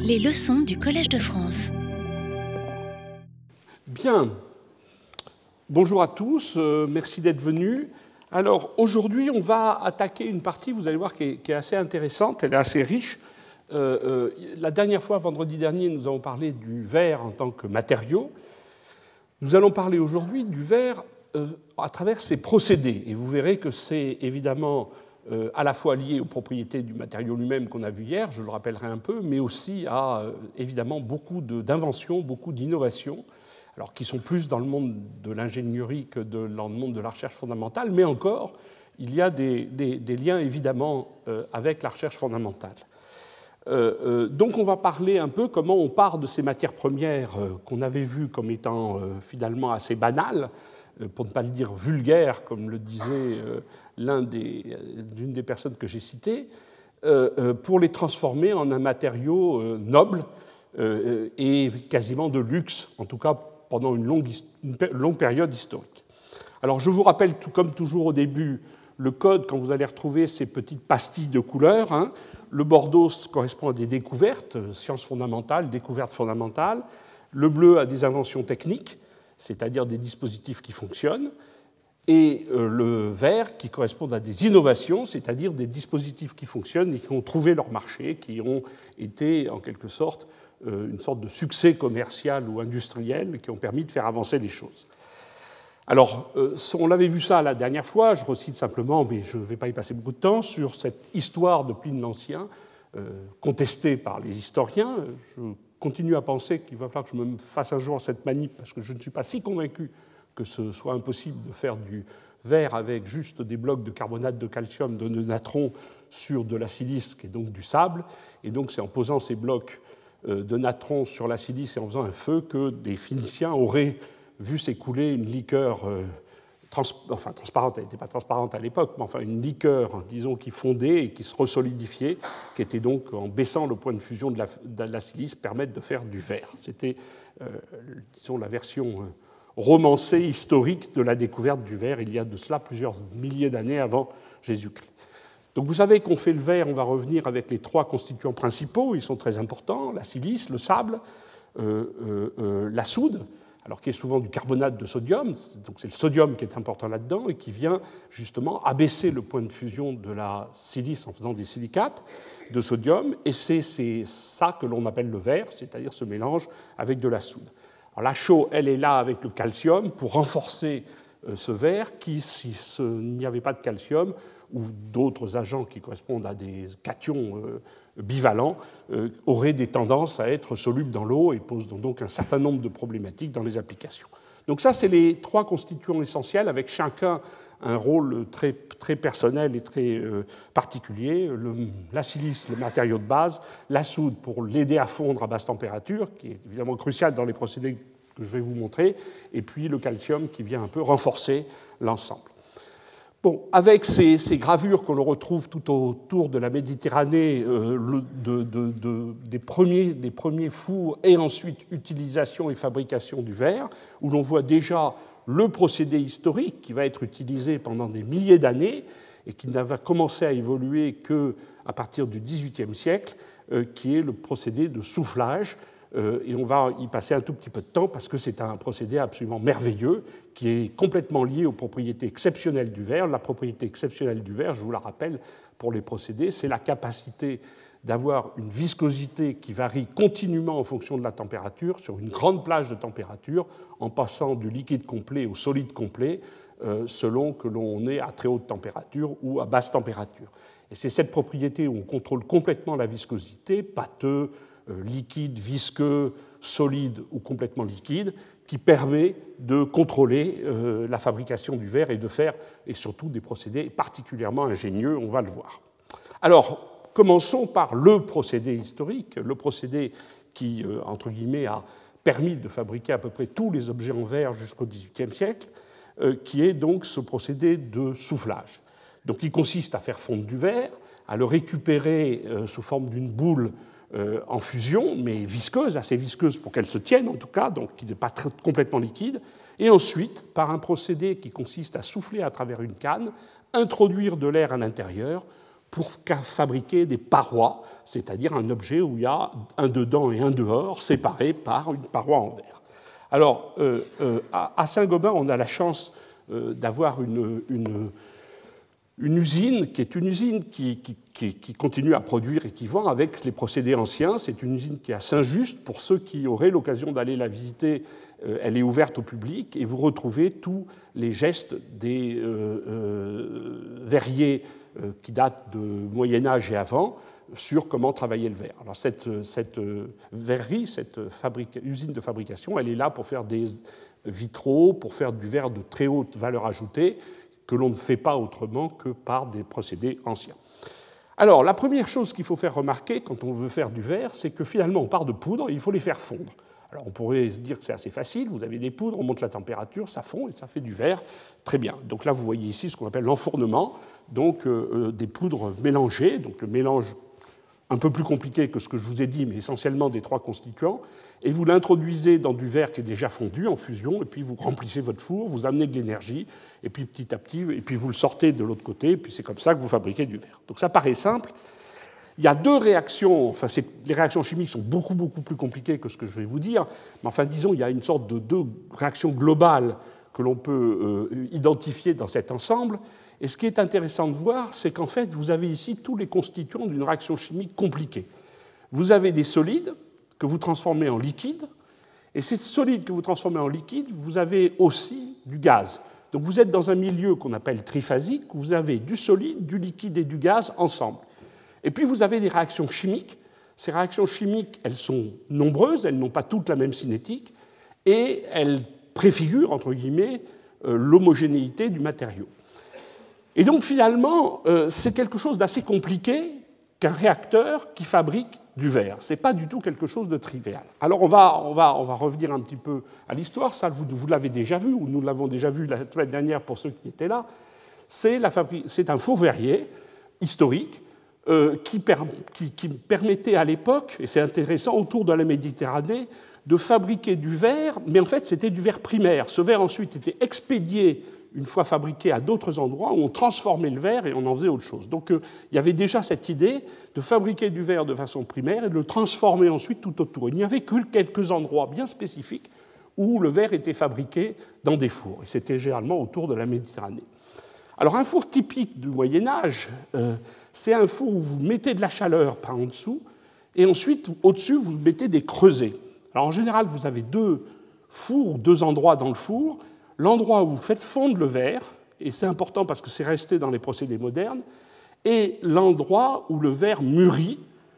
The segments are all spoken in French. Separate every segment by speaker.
Speaker 1: Les leçons du Collège de France.
Speaker 2: Bien. Bonjour à tous, merci d'être venus. Alors, aujourd'hui, on va attaquer une partie, vous allez voir, qui est assez intéressante, elle est assez riche. La dernière fois, vendredi dernier, nous avons parlé du verre en tant que matériau. Nous allons parler aujourd'hui du verre à travers ses procédés. Et vous verrez que c'est évidemment à la fois lié aux propriétés du matériau lui-même qu'on a vu hier, je le rappellerai un peu, mais aussi à évidemment beaucoup d'inventions, beaucoup d'innovations, alors qui sont plus dans le monde de l'ingénierie que dans le monde de la recherche fondamentale, mais encore, il y a des liens évidemment avec la recherche fondamentale. Donc on va parler un peu comment on part de ces matières premières qu'on avait vues comme étant finalement assez banales, pour ne pas le dire vulgaires, comme le disait l'une des personnes que j'ai citées, pour les transformer en un matériau noble et quasiment de luxe, en tout cas pendant une longue période historique. Alors je vous rappelle, comme toujours au début, le code quand vous allez retrouver ces petites pastilles de couleurs. Hein. Le bordeaux correspond à des découvertes, sciences fondamentales, découvertes fondamentales. Le bleu à des inventions techniques, c'est-à-dire des dispositifs qui fonctionnent. Et le vert qui correspond à des innovations, c'est-à-dire des dispositifs qui fonctionnent et qui ont trouvé leur marché, qui ont été en quelque sorte une sorte de succès commercial ou industriel, qui ont permis de faire avancer les choses. Alors, on l'avait vu ça la dernière fois, je recite simplement, mais je ne vais pas y passer beaucoup de temps, sur cette histoire de Pline l'Ancien, contestée par les historiens. Je continue à penser qu'il va falloir que je me fasse un jour cette manip, parce que je ne suis pas si convaincu que ce soit impossible de faire du verre avec juste des blocs de carbonate de calcium, de natron, sur de la silice, qui est donc du sable. Et donc, c'est en posant ces blocs de natron sur la silice et en faisant un feu que des phyniciens auraient vu s'écouler une liqueur transparente, elle n'était pas transparente à l'époque, mais enfin une liqueur, disons, qui fondait et qui se resolidifiait, qui était donc, en baissant le point de fusion de la silice, permettre de faire du verre. C'était, disons, la version romancée, historique de la découverte du verre, il y a de cela plusieurs milliers d'années avant Jésus-Christ. Donc vous savez qu'on fait le verre, on va revenir avec les trois constituants principaux, ils sont très importants, la silice, le sable, la soude, alors qui est souvent du carbonate de sodium, donc c'est le sodium qui est important là-dedans et qui vient justement abaisser le point de fusion de la silice en faisant des silicates de sodium, et c'est ça que l'on appelle le verre, c'est-à-dire ce mélange avec de la soude. Alors la chaux, elle est là avec le calcium pour renforcer ce verre qui, s'il n'y avait pas de calcium ou d'autres agents qui correspondent à des cations bivalents, auraient des tendances à être solubles dans l'eau et posent donc un certain nombre de problématiques dans les applications. Donc ça, c'est les trois constituants essentiels, avec chacun un rôle très, très personnel et très particulier. La silice, le matériau de base, la soude pour l'aider à fondre à basse température, qui est évidemment crucial dans les procédés que je vais vous montrer, et puis le calcium qui vient un peu renforcer l'ensemble. Bon, avec ces gravures que l'on retrouve tout autour de la Méditerranée, des premiers fours et ensuite utilisation et fabrication du verre, où l'on voit déjà le procédé historique qui va être utilisé pendant des milliers d'années et qui n'a commencé à évoluer qu'à partir du XVIIIe siècle, qui est le procédé de soufflage. Et on va y passer un tout petit peu de temps parce que c'est un procédé absolument merveilleux qui est complètement lié aux propriétés exceptionnelles du verre. La propriété exceptionnelle du verre, je vous la rappelle pour les procédés, c'est la capacité d'avoir une viscosité qui varie continuellement en fonction de la température, sur une grande plage de température, en passant du liquide complet au solide complet, selon que l'on est à très haute température ou à basse température. Et c'est cette propriété où on contrôle complètement la viscosité, pâteux, liquide, visqueux, solide ou complètement liquide, qui permet de contrôler la fabrication du verre et de faire, et surtout, des procédés particulièrement ingénieux, on va le voir. Alors, commençons par le procédé historique, le procédé qui, entre guillemets, a permis de fabriquer à peu près tous les objets en verre jusqu'au XVIIIe siècle, qui est donc ce procédé de soufflage. Donc, il consiste à faire fondre du verre, à le récupérer sous forme d'une boule en fusion, mais visqueuse, assez visqueuse pour qu'elle se tienne en tout cas, donc qui n'est pas complètement liquide, et ensuite, par un procédé qui consiste à souffler à travers une canne, introduire de l'air à l'intérieur pour fabriquer des parois, c'est-à-dire un objet où il y a un dedans et un dehors, séparés par une paroi en verre. Alors, à Saint-Gobain, on a la chance d'avoir une usine qui est une usine qui continue à produire et qui vend avec les procédés anciens. C'est une usine qui est à Saint-Just. Pour ceux qui auraient l'occasion d'aller la visiter, elle est ouverte au public et vous retrouvez tous les gestes des verriers qui datent du Moyen-Âge et avant sur comment travailler le verre. Alors cette verrerie, cette usine de fabrication, elle est là pour faire des vitraux, pour faire du verre de très haute valeur ajoutée, que l'on ne fait pas autrement que par des procédés anciens. Alors, la première chose qu'il faut faire remarquer quand on veut faire du verre, c'est que finalement, on part de poudre et il faut les faire fondre. Alors, on pourrait se dire que c'est assez facile, vous avez des poudres, on monte la température, ça fond et ça fait du verre, très bien. Donc là, vous voyez ici ce qu'on appelle l'enfournement, donc des poudres mélangées, donc le mélange un peu plus compliqué que ce que je vous ai dit, mais essentiellement des trois constituants, et vous l'introduisez dans du verre qui est déjà fondu en fusion, et puis vous remplissez votre four, vous amenez de l'énergie, et puis petit à petit, et puis vous le sortez de l'autre côté, et puis c'est comme ça que vous fabriquez du verre. Donc ça paraît simple. Il y a deux réactions, enfin les réactions chimiques sont beaucoup plus compliquées que ce que je vais vous dire, mais enfin disons, il y a une sorte de deux réactions globales que l'on peut identifier dans cet ensemble. Et ce qui est intéressant de voir, c'est qu'en fait, vous avez ici tous les constituants d'une réaction chimique compliquée. Vous avez des solides que vous transformez en liquide, et ces solides que vous transformez en liquide, vous avez aussi du gaz. Donc vous êtes dans un milieu qu'on appelle triphasique, où vous avez du solide, du liquide et du gaz ensemble. Et puis vous avez des réactions chimiques. Ces réactions chimiques, elles sont nombreuses, elles n'ont pas toutes la même cinétique, et elles préfigurent, entre guillemets, l'homogénéité du matériau. Et donc finalement, c'est quelque chose d'assez compliqué qu'un réacteur qui fabrique du verre. Ce n'est pas du tout quelque chose de trivial. Alors on va revenir un petit peu à l'histoire, ça vous l'avez déjà vu, ou nous l'avons déjà vu la semaine dernière pour ceux qui étaient là. C'est un four verrier historique qui permettait à l'époque, et c'est intéressant, autour de la Méditerranée, de fabriquer du verre, mais en fait c'était du verre primaire. Ce verre ensuite était expédié une fois fabriqué à d'autres endroits où on transformait le verre et on en faisait autre chose. Donc il y avait déjà cette idée de fabriquer du verre de façon primaire et de le transformer ensuite tout autour. Il n'y avait que quelques endroits bien spécifiques où le verre était fabriqué dans des fours, et c'était généralement autour de la Méditerranée. Alors un four typique du Moyen-Âge, c'est un four où vous mettez de la chaleur par en dessous, et ensuite, au-dessus, vous mettez des creusets. Alors en général, vous avez deux fours ou deux endroits dans le four. L'endroit où vous faites fondre le verre, et c'est important parce que c'est resté dans les procédés modernes, et l'endroit où le verre mûrit.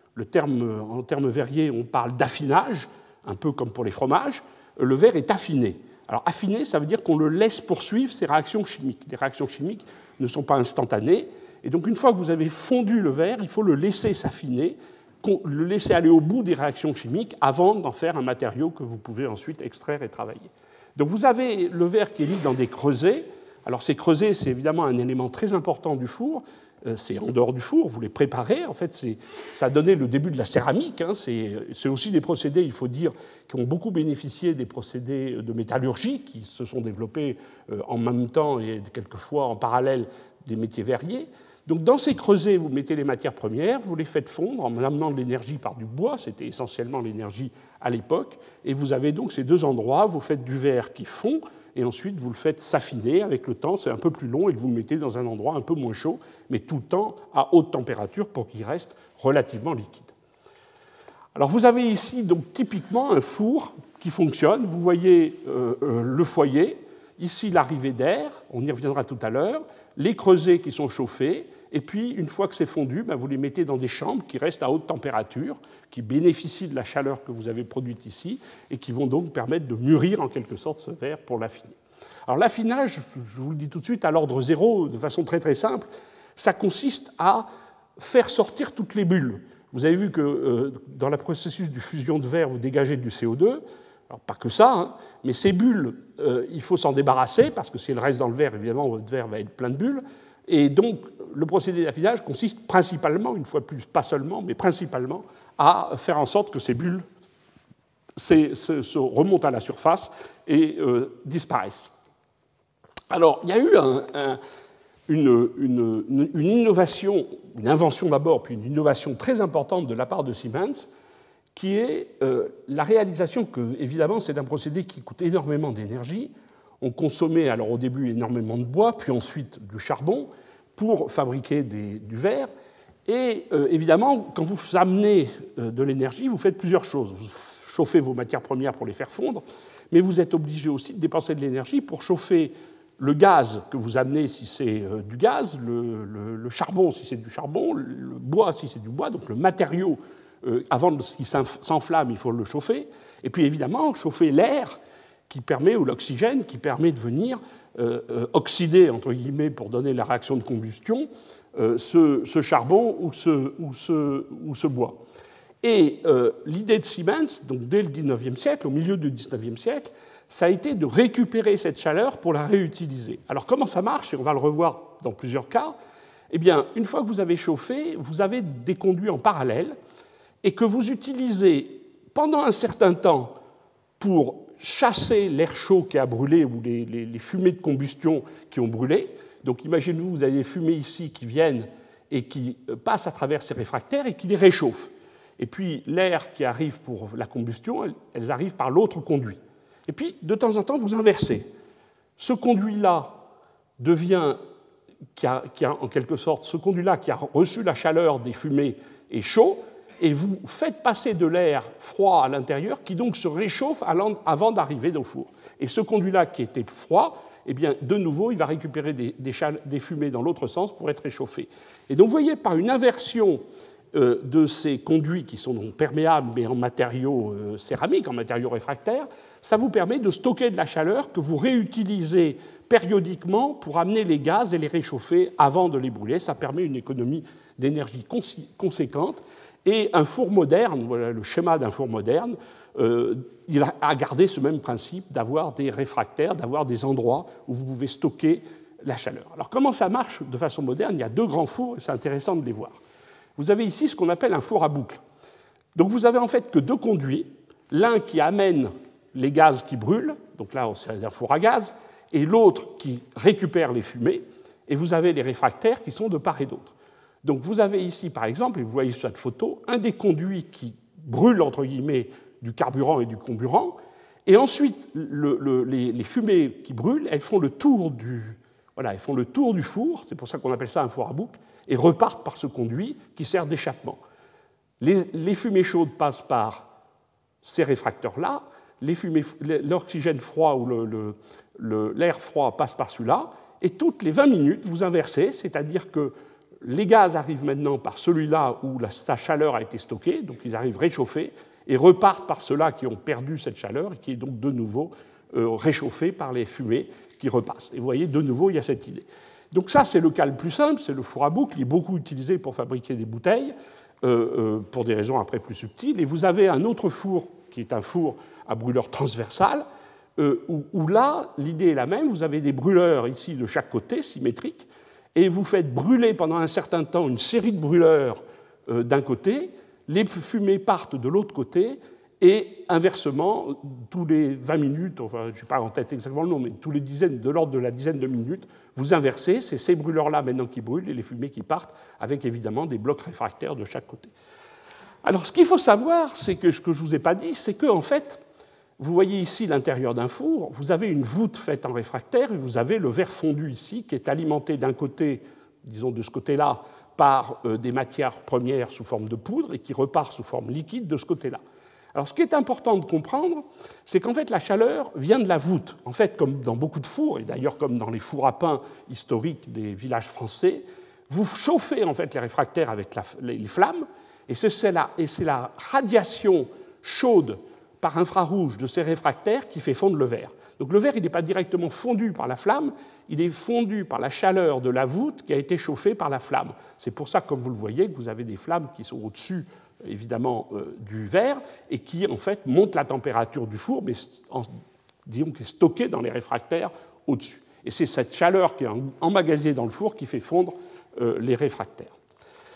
Speaker 2: En termes verriers, on parle d'affinage, un peu comme pour les fromages. Le verre est affiné. Alors affiné, ça veut dire qu'on le laisse poursuivre ses réactions chimiques. Les réactions chimiques ne sont pas instantanées, et donc une fois que vous avez fondu le verre, il faut le laisser s'affiner, le laisser aller au bout des réactions chimiques avant d'en faire un matériau que vous pouvez ensuite extraire et travailler. Donc vous avez le verre qui est mis dans des creusets. Alors ces creusets, c'est évidemment un élément très important du four. C'est en dehors du four, vous les préparez. En fait, ça a donné le début de la céramique. C'est aussi des procédés, il faut dire, qui ont beaucoup bénéficié des procédés de métallurgie qui se sont développés en même temps et quelquefois en parallèle des métiers verriers. Donc dans ces creusets, vous mettez les matières premières, vous les faites fondre en amenant de l'énergie par du bois, c'était essentiellement l'énergie à l'époque, et vous avez donc ces deux endroits, vous faites du verre qui fond, et ensuite vous le faites s'affiner avec le temps, c'est un peu plus long, et vous le mettez dans un endroit un peu moins chaud, mais tout le temps à haute température pour qu'il reste relativement liquide. Alors vous avez ici donc typiquement un four qui fonctionne, vous voyez le foyer, ici l'arrivée d'air, on y reviendra tout à l'heure, les creusets qui sont chauffés, et puis une fois que c'est fondu, vous les mettez dans des chambres qui restent à haute température, qui bénéficient de la chaleur que vous avez produite ici, et qui vont donc permettre de mûrir en quelque sorte ce verre pour l'affiner. Alors l'affinage, je vous le dis tout de suite, à l'ordre zéro, de façon très très simple, ça consiste à faire sortir toutes les bulles. Vous avez vu que dans le processus de fusion de verre, vous dégagez du CO2, alors, pas que ça, mais ces bulles, il faut s'en débarrasser, parce que si elles restent dans le verre, évidemment, votre verre va être plein de bulles. Et donc, le procédé d'affinage consiste principalement, une fois de plus, pas seulement, mais principalement, à faire en sorte que ces bulles se remontent à la surface et disparaissent. Alors, il y a eu une innovation, une invention d'abord, puis une innovation très importante de la part de Siemens, qui est la réalisation que, évidemment, c'est un procédé qui coûte énormément d'énergie. On consommait alors au début énormément de bois, puis ensuite du charbon pour fabriquer du verre. Et évidemment, quand vous amenez de l'énergie, vous faites plusieurs choses. Vous chauffez vos matières premières pour les faire fondre, mais vous êtes obligé aussi de dépenser de l'énergie pour chauffer le gaz que vous amenez si c'est du gaz, le charbon si c'est du charbon, le bois si c'est du bois, donc le matériau, avant qu'il s'enflamme, il faut le chauffer. Et puis évidemment, chauffer l'air qui permet, ou l'oxygène qui permet de venir oxyder, entre guillemets, pour donner la réaction de combustion, ce charbon ou ce bois. Et l'idée de Siemens, donc dès le XIXe siècle, au milieu du XIXe siècle, ça a été de récupérer cette chaleur pour la réutiliser. Alors comment ça marche, et on va le revoir dans plusieurs cas, eh bien, une fois que vous avez chauffé, vous avez des conduits en parallèle et que vous utilisez pendant un certain temps pour chasser l'air chaud qui a brûlé ou les fumées de combustion qui ont brûlé. Donc imaginez-vous, vous avez des fumées ici qui viennent et qui passent à travers ces réfractaires et qui les réchauffent. Et puis l'air qui arrive pour la combustion, elles arrivent par l'autre conduit. Et puis, de temps en temps, vous inversez. Ce conduit-là devient, en quelque sorte, ce conduit-là qui a reçu la chaleur des fumées est chaud, et vous faites passer de l'air froid à l'intérieur, qui donc se réchauffe avant d'arriver au four. Et ce conduit-là qui était froid, eh bien, de nouveau, il va récupérer des fumées dans l'autre sens pour être réchauffé. Et donc, vous voyez, par une inversion de ces conduits qui sont donc perméables, mais en matériaux céramiques, en matériaux réfractaires, ça vous permet de stocker de la chaleur que vous réutilisez périodiquement pour amener les gaz et les réchauffer avant de les brûler. Ça permet une économie d'énergie conséquente. Et un four moderne, voilà le schéma d'un four moderne, il a gardé ce même principe d'avoir des réfractaires, d'avoir des endroits où vous pouvez stocker la chaleur. Alors comment ça marche de façon moderne? Il y a deux grands fours, et c'est intéressant de les voir. Vous avez ici ce qu'on appelle un four à boucle. Donc vous avez en fait que deux conduits, l'un qui amène les gaz qui brûlent, donc là c'est un four à gaz, et l'autre qui récupère les fumées, et vous avez les réfractaires qui sont de part et d'autre. Donc vous avez ici par exemple, et vous voyez sur cette photo, un des conduits qui brûle entre guillemets du carburant et du comburant, et ensuite les fumées qui brûlent, elles font le tour du four, c'est pour ça qu'on appelle ça un four à boucle, et repartent par ce conduit qui sert d'échappement. Les fumées chaudes passent par ces réfracteurs-là, l'oxygène froid ou l'air froid passe par celui-là, et toutes les 20 minutes, vous inversez, c'est-à-dire que les gaz arrivent maintenant par celui-là où sa chaleur a été stockée, donc ils arrivent réchauffés, et repartent par ceux-là qui ont perdu cette chaleur, et qui est donc de nouveau réchauffé par les fumées qui repassent. Et vous voyez, de nouveau, il y a cette idée. Donc ça, c'est le cas le plus simple, c'est le four à boucle, il est beaucoup utilisé pour fabriquer des bouteilles, pour des raisons après plus subtiles. Et vous avez un autre four, qui est un four à brûleur transversal, où là, l'idée est la même, vous avez des brûleurs ici de chaque côté, symétriques, et vous faites brûler pendant un certain temps une série de brûleurs d'un côté, les fumées partent de l'autre côté, et inversement, tous les 20 minutes, enfin, je n'ai pas en tête exactement le nom, mais tous les de l'ordre de la dizaine de minutes, vous inversez, c'est ces brûleurs-là maintenant qui brûlent et les fumées qui partent, avec évidemment des blocs réfractaires de chaque côté. Alors, ce qu'il faut savoir, c'est que ce que je ne vous ai pas dit, c'est que, en fait, vous voyez ici l'intérieur d'un four, vous avez une voûte faite en réfractaire et vous avez le verre fondu ici qui est alimenté d'un côté, disons de ce côté-là, par des matières premières sous forme de poudre et qui repart sous forme liquide de ce côté-là. Alors, ce qui est important de comprendre, c'est qu'en fait, la chaleur vient de la voûte. En fait, comme dans beaucoup de fours, et d'ailleurs comme dans les fours à pain historiques des villages français, vous chauffez en fait les réfractaires avec les flammes, et c'est la radiation chaude par infrarouge de ces réfractaires qui fait fondre le verre. Donc le verre, il n'est pas directement fondu par la flamme, il est fondu par la chaleur de la voûte qui a été chauffée par la flamme. C'est pour ça, comme vous le voyez, que vous avez des flammes qui sont au-dessus évidemment du verre, et qui en fait montent la température du four, mais disons qui est stockée dans les réfractaires au-dessus. Et c'est cette chaleur qui est emmagasinée dans le four qui fait fondre les réfractaires.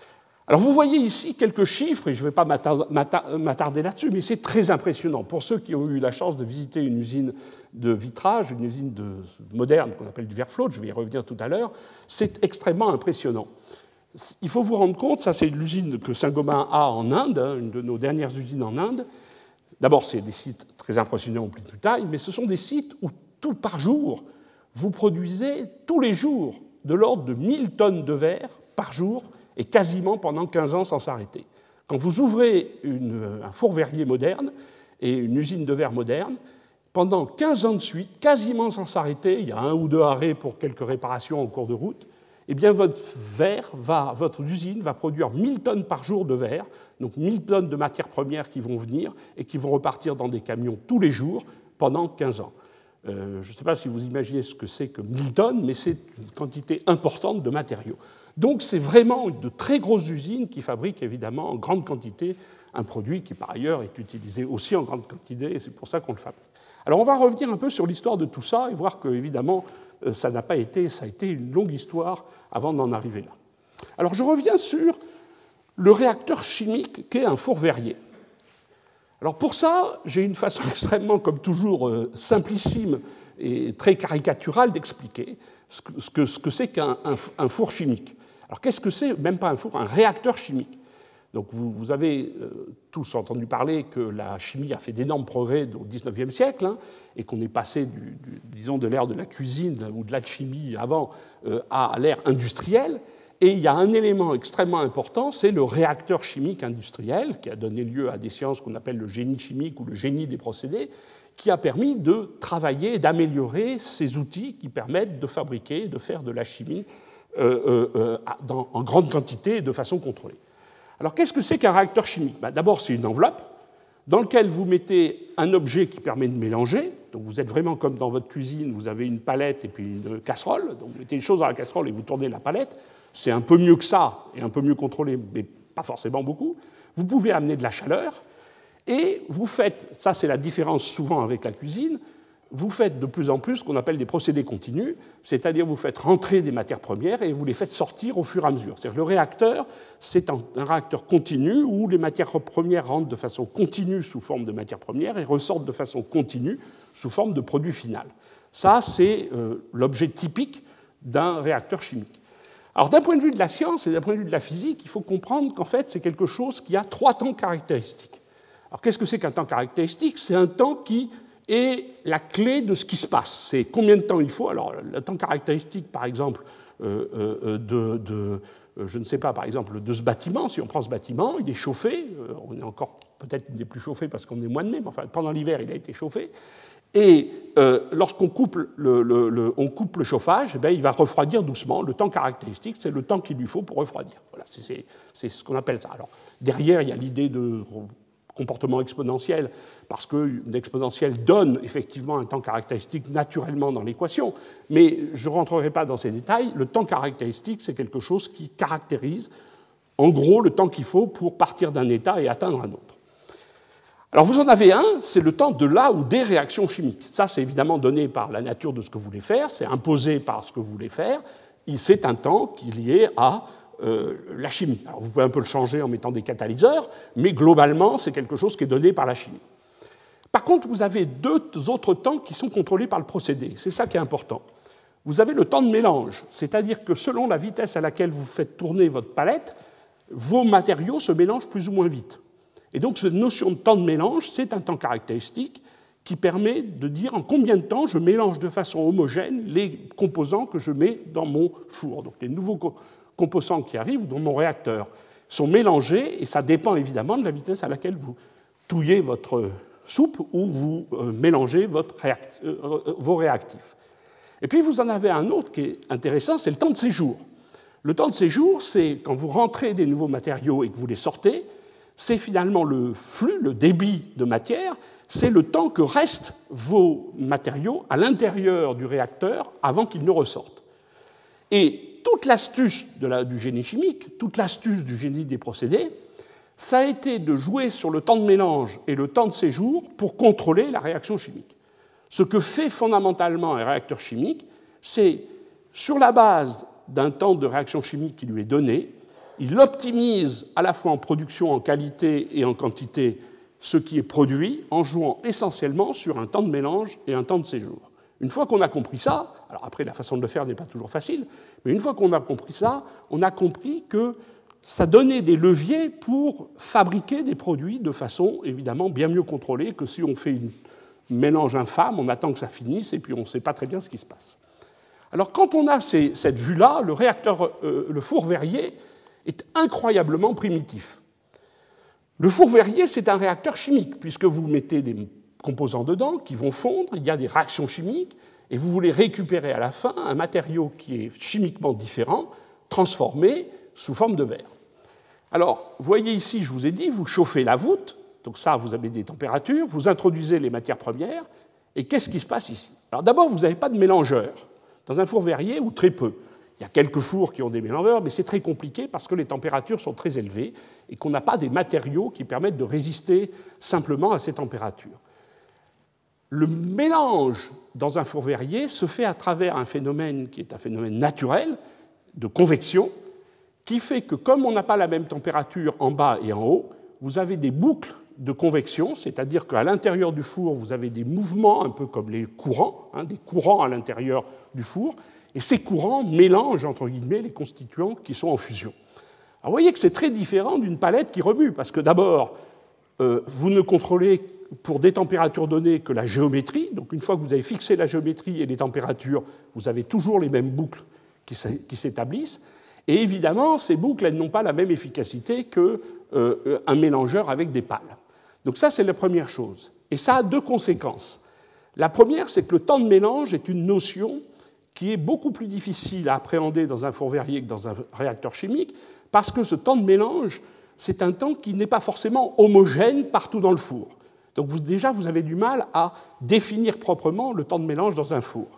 Speaker 2: Alors vous voyez ici quelques chiffres, et je ne vais pas m'attarder là-dessus, mais c'est très impressionnant. Pour ceux qui ont eu la chance de visiter une usine de vitrage, une usine moderne qu'on appelle du Verflot, je vais y revenir tout à l'heure, c'est extrêmement impressionnant. Il faut vous rendre compte, ça c'est l'usine que Saint-Gobain a en Inde, une de nos dernières usines en Inde. D'abord, c'est des sites très impressionnants au plus de taille, mais ce sont des sites où tout par jour, vous produisez tous les jours de l'ordre de 1000 tonnes de verre par jour, et quasiment pendant 15 ans sans s'arrêter. Quand vous ouvrez un four verrier moderne et une usine de verre moderne, pendant 15 ans de suite, quasiment sans s'arrêter, il y a 1 ou 2 arrêts pour quelques réparations en cours de route, eh bien votre usine va produire 1000 tonnes par jour de verre, donc 1000 tonnes de matières premières qui vont venir et qui vont repartir dans des camions tous les jours pendant 15 ans. Je ne sais pas si vous imaginez ce que c'est que 1000 tonnes, mais c'est une quantité importante de matériaux. Donc c'est vraiment de très grosses usines qui fabriquent évidemment en grande quantité un produit qui par ailleurs est utilisé aussi en grande quantité et c'est pour ça qu'on le fabrique. Alors on va revenir un peu sur l'histoire de tout ça et voir que évidemment ça a été une longue histoire avant d'en arriver là. Alors je reviens sur le réacteur chimique qu'est un four verrier. Alors pour ça, j'ai une façon extrêmement, comme toujours, simplicime et très caricaturale d'expliquer ce que c'est qu'un four chimique. Alors qu'est-ce que c'est, même pas un four, un réacteur chimique? Donc vous avez tous entendu parler que la chimie a fait d'énormes progrès au XIXe siècle et qu'on est passé, disons, de l'ère de la cuisine ou de l'alchimie avant à l'ère industrielle. Et il y a un élément extrêmement important, c'est le réacteur chimique industriel qui a donné lieu à des sciences qu'on appelle le génie chimique ou le génie des procédés, qui a permis de travailler et d'améliorer ces outils qui permettent de fabriquer, de faire de la chimie en grande quantité et de façon contrôlée. Alors qu'est-ce que c'est qu'un réacteur chimique? D'abord, c'est une enveloppe dans laquelle vous mettez un objet qui permet de mélanger. Donc vous êtes vraiment comme dans votre cuisine, vous avez une palette et puis une casserole. Donc vous mettez une chose dans la casserole et vous tournez la palette. C'est un peu mieux que ça et un peu mieux contrôlé, mais pas forcément beaucoup. Vous pouvez amener de la chaleur et vous faites, ça c'est la différence souvent avec la cuisine, vous faites de plus en plus ce qu'on appelle des procédés continus, c'est-à-dire vous faites rentrer des matières premières et vous les faites sortir au fur et à mesure. C'est-à-dire le réacteur, c'est un réacteur continu où les matières premières rentrent de façon continue sous forme de matières premières et ressortent de façon continue sous forme de produit final. Ça, c'est l'objet typique d'un réacteur chimique. Alors d'un point de vue de la science et d'un point de vue de la physique, il faut comprendre qu'en fait, c'est quelque chose qui a 3 temps caractéristiques. Alors qu'est-ce que c'est qu'un temps caractéristique? C'est un temps qui est la clé de ce qui se passe. C'est combien de temps il faut. Alors, le temps caractéristique, par exemple, je ne sais pas, par exemple, de ce bâtiment, si on prend ce bâtiment, il est chauffé, on est encore, peut-être il n'est plus chauffé parce qu'on est mois de mai, mais enfin, pendant l'hiver, il a été chauffé, et lorsqu'on coupe on coupe le chauffage, eh bien, il va refroidir doucement. Le temps caractéristique, c'est le temps qu'il lui faut pour refroidir. Voilà, c'est ce qu'on appelle ça. Alors, derrière, il y a l'idée de comportement exponentiel, parce qu'une exponentielle donne effectivement un temps caractéristique naturellement dans l'équation, mais je ne rentrerai pas dans ces détails. Le temps caractéristique, c'est quelque chose qui caractérise, en gros, le temps qu'il faut pour partir d'un état et atteindre un autre. Alors vous en avez un, c'est le temps de la ou des réactions chimiques. Ça, c'est évidemment donné par la nature de ce que vous voulez faire, c'est imposé par ce que vous voulez faire, c'est un temps qui est lié à la chimie. Alors vous pouvez un peu le changer en mettant des catalyseurs, mais globalement, c'est quelque chose qui est donné par la chimie. Par contre, vous avez 2 autres temps qui sont contrôlés par le procédé. C'est ça qui est important. Vous avez le temps de mélange, c'est-à-dire que selon la vitesse à laquelle vous faites tourner votre palette, vos matériaux se mélangent plus ou moins vite. Et donc, cette notion de temps de mélange, c'est un temps caractéristique qui permet de dire en combien de temps je mélange de façon homogène les composants que je mets dans mon four. Donc, les nouveaux composants qui arrivent dans mon réacteur sont mélangés, et ça dépend évidemment de la vitesse à laquelle vous touillez votre soupe ou vous mélangez vos réactifs. Et puis vous en avez un autre qui est intéressant, c'est le temps de séjour. Le temps de séjour, c'est quand vous rentrez des nouveaux matériaux et que vous les sortez, c'est finalement le flux, le débit de matière, c'est le temps que restent vos matériaux à l'intérieur du réacteur avant qu'ils ne ressortent. Et toute l'astuce du génie chimique, toute l'astuce du génie des procédés, ça a été de jouer sur le temps de mélange et le temps de séjour pour contrôler la réaction chimique. Ce que fait fondamentalement un réacteur chimique, c'est, sur la base d'un temps de réaction chimique qui lui est donné, il optimise à la fois en production, en qualité et en quantité ce qui est produit, en jouant essentiellement sur un temps de mélange et un temps de séjour. Une fois qu'on a compris ça, alors après la façon de le faire n'est pas toujours facile, mais une fois qu'on a compris ça, on a compris que ça donnait des leviers pour fabriquer des produits de façon évidemment bien mieux contrôlée que si on fait un mélange infâme, on attend que ça finisse et puis on ne sait pas très bien ce qui se passe. Alors quand on a cette vue-là, le four Verrier est incroyablement primitif. Le four Verrier, c'est un réacteur chimique, puisque vous mettez des composants dedans qui vont fondre, il y a des réactions chimiques, et vous voulez récupérer à la fin un matériau qui est chimiquement différent, transformé sous forme de verre. Alors, vous voyez ici, je vous ai dit, vous chauffez la voûte, donc ça, vous avez des températures, vous introduisez les matières premières, et qu'est-ce qui se passe ici? Alors d'abord, vous n'avez pas de mélangeur. Dans un four Verrier, ou très peu. Il y a quelques fours qui ont des mélangeurs, mais c'est très compliqué parce que les températures sont très élevées et qu'on n'a pas des matériaux qui permettent de résister simplement à ces températures. Le mélange dans un four Verrier se fait à travers un phénomène qui est un phénomène naturel de convection, qui fait que comme on n'a pas la même température en bas et en haut, vous avez des boucles de convection, c'est-à-dire qu'à l'intérieur du four, vous avez des mouvements un peu comme les courants, des courants à l'intérieur du four, et ces courants mélangent, entre guillemets, les constituants qui sont en fusion. Alors vous voyez que c'est très différent d'une palette qui remue, parce que d'abord, vous ne contrôlez pour des températures données que la géométrie, donc une fois que vous avez fixé la géométrie et les températures, vous avez toujours les mêmes boucles qui s'établissent, et évidemment, ces boucles, elles n'ont pas la même efficacité qu'un mélangeur avec des pales. Donc ça, c'est la première chose. Et ça a deux conséquences. La première, c'est que le temps de mélange est une notion qui est beaucoup plus difficile à appréhender dans un four Verrier que dans un réacteur chimique, parce que ce temps de mélange, c'est un temps qui n'est pas forcément homogène partout dans le four. Donc déjà, vous avez du mal à définir proprement le temps de mélange dans un four.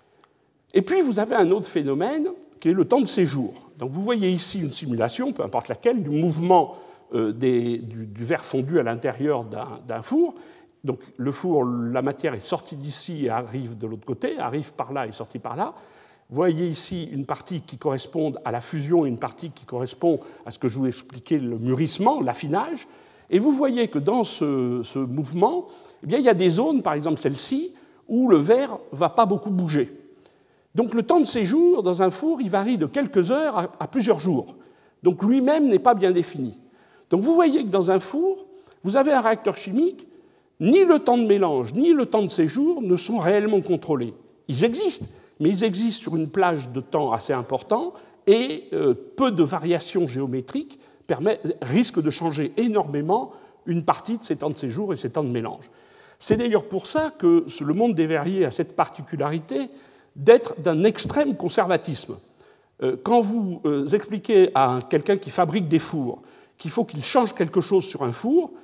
Speaker 2: Et puis, vous avez un autre phénomène qui est le temps de séjour. Donc vous voyez ici une simulation, peu importe laquelle, du mouvement du verre fondu à l'intérieur d'un four. Donc le four, la matière est sortie d'ici et arrive de l'autre côté, arrive par là et sortie par là. Vous voyez ici une partie qui correspond à la fusion et une partie qui correspond à ce que je vous ai expliqué, le mûrissement, l'affinage. Et vous voyez que dans ce mouvement, eh bien, il y a des zones, par exemple celle-ci, où le verre ne va pas beaucoup bouger. Donc le temps de séjour dans un four, il varie de quelques heures à plusieurs jours. Donc lui-même n'est pas bien défini. Donc vous voyez que dans un four, vous avez un réacteur chimique, ni le temps de mélange, ni le temps de séjour ne sont réellement contrôlés. Ils existent, mais ils existent sur une plage de temps assez important et peu de variations géométriques risquent de changer énormément une partie de ces temps de séjour et ces temps de mélange. C'est d'ailleurs pour ça que le monde des verriers a cette particularité d'être d'un extrême conservatisme. Quand vous expliquez à quelqu'un qui fabrique des fours qu'il faut qu'il change quelque chose sur un four,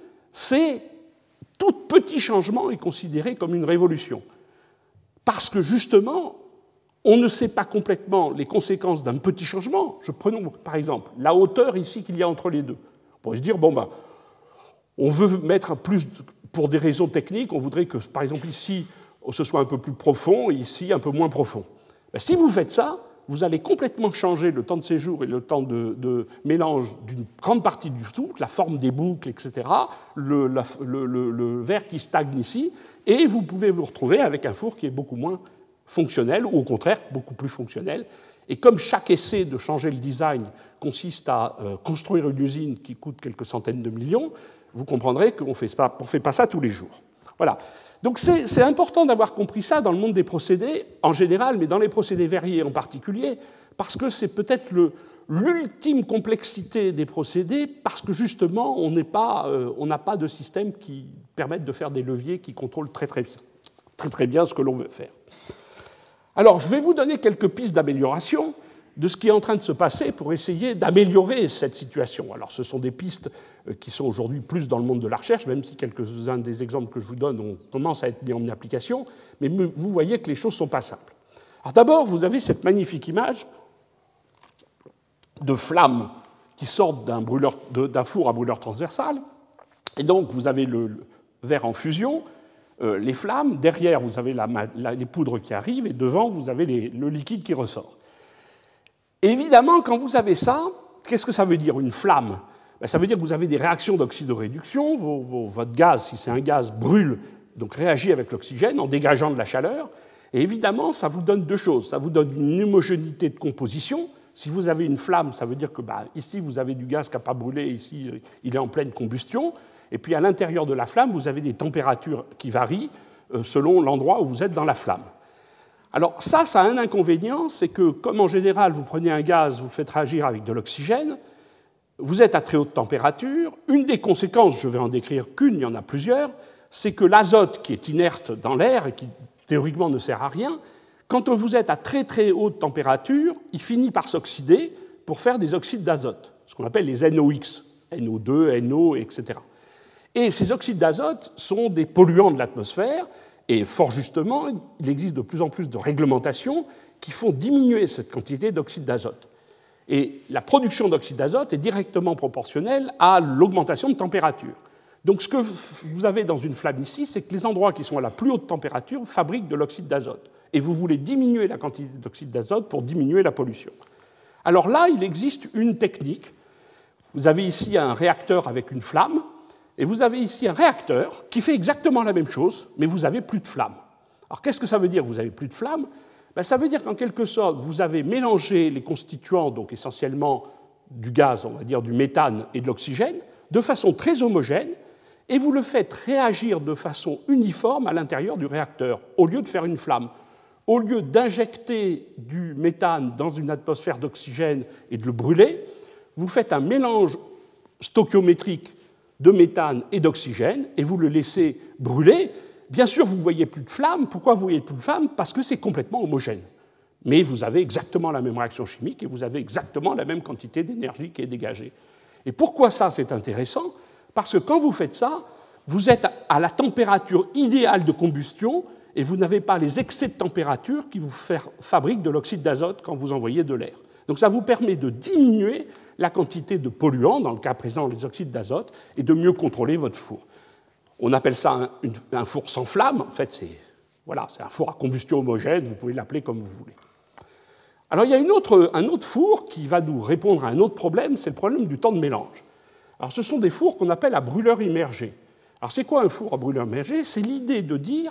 Speaker 2: tout petit changement est considéré comme une révolution. Parce que justement, on ne sait pas complètement les conséquences d'un petit changement. Prenons par exemple la hauteur ici qu'il y a entre les deux. On pourrait se dire, on veut mettre plus, pour des raisons techniques, on voudrait que par exemple ici, ce soit un peu plus profond et ici un peu moins profond. Si vous faites ça, vous allez complètement changer le temps de séjour et le temps de mélange d'une grande partie du tout, la forme des boucles, etc., le verre qui stagne ici, et vous pouvez vous retrouver avec un four qui est beaucoup moins fonctionnel, ou au contraire, beaucoup plus fonctionnel. Et comme chaque essai de changer le design consiste à construire une usine qui coûte quelques centaines de millions, vous comprendrez qu'on ne fait pas ça tous les jours. Voilà. Donc c'est important d'avoir compris ça dans le monde des procédés en général, mais dans les procédés verriers en particulier, parce que c'est peut-être l'ultime complexité des procédés, parce que justement on n'a pas de système qui permette de faire des leviers qui contrôlent très bien ce que l'on veut faire. Alors je vais vous donner quelques pistes d'amélioration de ce qui est en train de se passer pour essayer d'améliorer cette situation. Alors ce sont des pistes qui sont aujourd'hui plus dans le monde de la recherche, même si quelques-uns des exemples que je vous donne commencent à être mis en application, mais vous voyez que les choses ne sont pas simples. Alors d'abord, vous avez cette magnifique image de flammes qui sortent d'un four à brûleur transversal, et donc vous avez le verre en fusion, les flammes, derrière vous avez les poudres qui arrivent, et devant vous avez le liquide qui ressort. Et évidemment, quand vous avez ça, qu'est-ce que ça veut dire, une flamme? Ça veut dire que vous avez des réactions d'oxydoréduction, votre gaz, si c'est un gaz, brûle, donc réagit avec l'oxygène en dégageant de la chaleur, et évidemment, ça vous donne deux choses. Ça vous donne une homogénéité de composition. Si vous avez une flamme, ça veut dire que ici, vous avez du gaz qui n'a pas brûlé, ici, il est en pleine combustion, et puis à l'intérieur de la flamme, vous avez des températures qui varient selon l'endroit où vous êtes dans la flamme. Alors ça a un inconvénient, c'est que comme en général, vous prenez un gaz, vous le faites réagir avec de l'oxygène, vous êtes à très haute température. Une des conséquences, je vais en décrire qu'une, il y en a plusieurs, c'est que l'azote qui est inerte dans l'air et qui théoriquement ne sert à rien, quand vous êtes à très très haute température, il finit par s'oxyder pour faire des oxydes d'azote, ce qu'on appelle les NOx, NO2, NO, etc. Et ces oxydes d'azote sont des polluants de l'atmosphère, et fort justement, il existe de plus en plus de réglementations qui font diminuer cette quantité d'oxyde d'azote. Et la production d'oxyde d'azote est directement proportionnelle à l'augmentation de température. Donc ce que vous avez dans une flamme ici, c'est que les endroits qui sont à la plus haute température fabriquent de l'oxyde d'azote. Et vous voulez diminuer la quantité d'oxyde d'azote pour diminuer la pollution. Alors là, il existe une technique. Vous avez ici un réacteur avec une flamme, et vous avez ici un réacteur qui fait exactement la même chose, mais vous n'avez plus de flamme. Alors qu'est-ce que ça veut dire, vous n'avez plus de flamme? Ça veut dire qu'en quelque sorte, vous avez mélangé les constituants, donc essentiellement du gaz, on va dire du méthane et de l'oxygène, de façon très homogène, et vous le faites réagir de façon uniforme à l'intérieur du réacteur, au lieu de faire une flamme. Au lieu d'injecter du méthane dans une atmosphère d'oxygène et de le brûler, vous faites un mélange stoichiométrique de méthane et d'oxygène, et vous le laissez brûler. Bien sûr, vous ne voyez plus de flamme. Pourquoi vous ne voyez plus de flamme? Parce que c'est complètement homogène. Mais vous avez exactement la même réaction chimique et vous avez exactement la même quantité d'énergie qui est dégagée. Et pourquoi ça, c'est intéressant? Parce que quand vous faites ça, vous êtes à la température idéale de combustion et vous n'avez pas les excès de température qui vous fabriquent de l'oxyde d'azote quand vous envoyez de l'air. Donc ça vous permet de diminuer la quantité de polluants, dans le cas présent les oxydes d'azote, et de mieux contrôler votre four. On appelle ça un four sans flamme. En fait, c'est un four à combustion homogène, vous pouvez l'appeler comme vous voulez. Alors il y a un autre four qui va nous répondre à un autre problème, c'est le problème du temps de mélange. Alors ce sont des fours qu'on appelle à brûleur immergé. Alors c'est quoi un four à brûleur immergé? C'est l'idée de dire,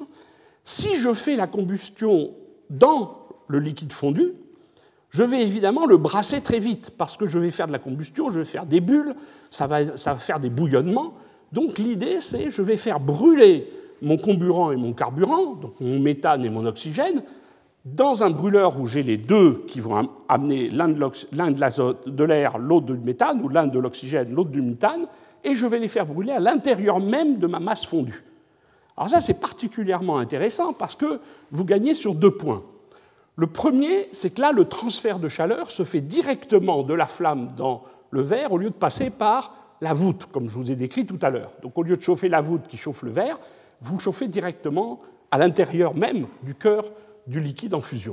Speaker 2: si je fais la combustion dans le liquide fondu, je vais évidemment le brasser très vite, parce que je vais faire de la combustion, je vais faire des bulles, ça va faire des bouillonnements. Donc l'idée, c'est je vais faire brûler mon comburant et mon carburant, donc mon méthane et mon oxygène, dans un brûleur où j'ai les deux qui vont amener l'un de l'azote, de l'air, l'autre du méthane, ou l'un de l'oxygène, l'autre du méthane, et je vais les faire brûler à l'intérieur même de ma masse fondue. Alors ça, c'est particulièrement intéressant parce que vous gagnez sur deux points. Le premier, c'est que là, le transfert de chaleur se fait directement de la flamme dans le verre au lieu de passer par la voûte, comme je vous ai décrit tout à l'heure. Donc au lieu de chauffer la voûte qui chauffe le verre, vous chauffez directement à l'intérieur même du cœur du liquide en fusion.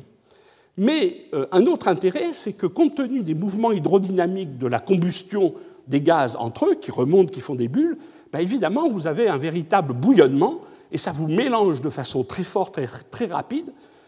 Speaker 2: Mais un autre intérêt, c'est que compte tenu des mouvements hydrodynamiques de la combustion des gaz entre eux, qui remontent, qui font des bulles, évidemment, vous avez un véritable bouillonnement, et ça vous mélange de façon très forte et très rapide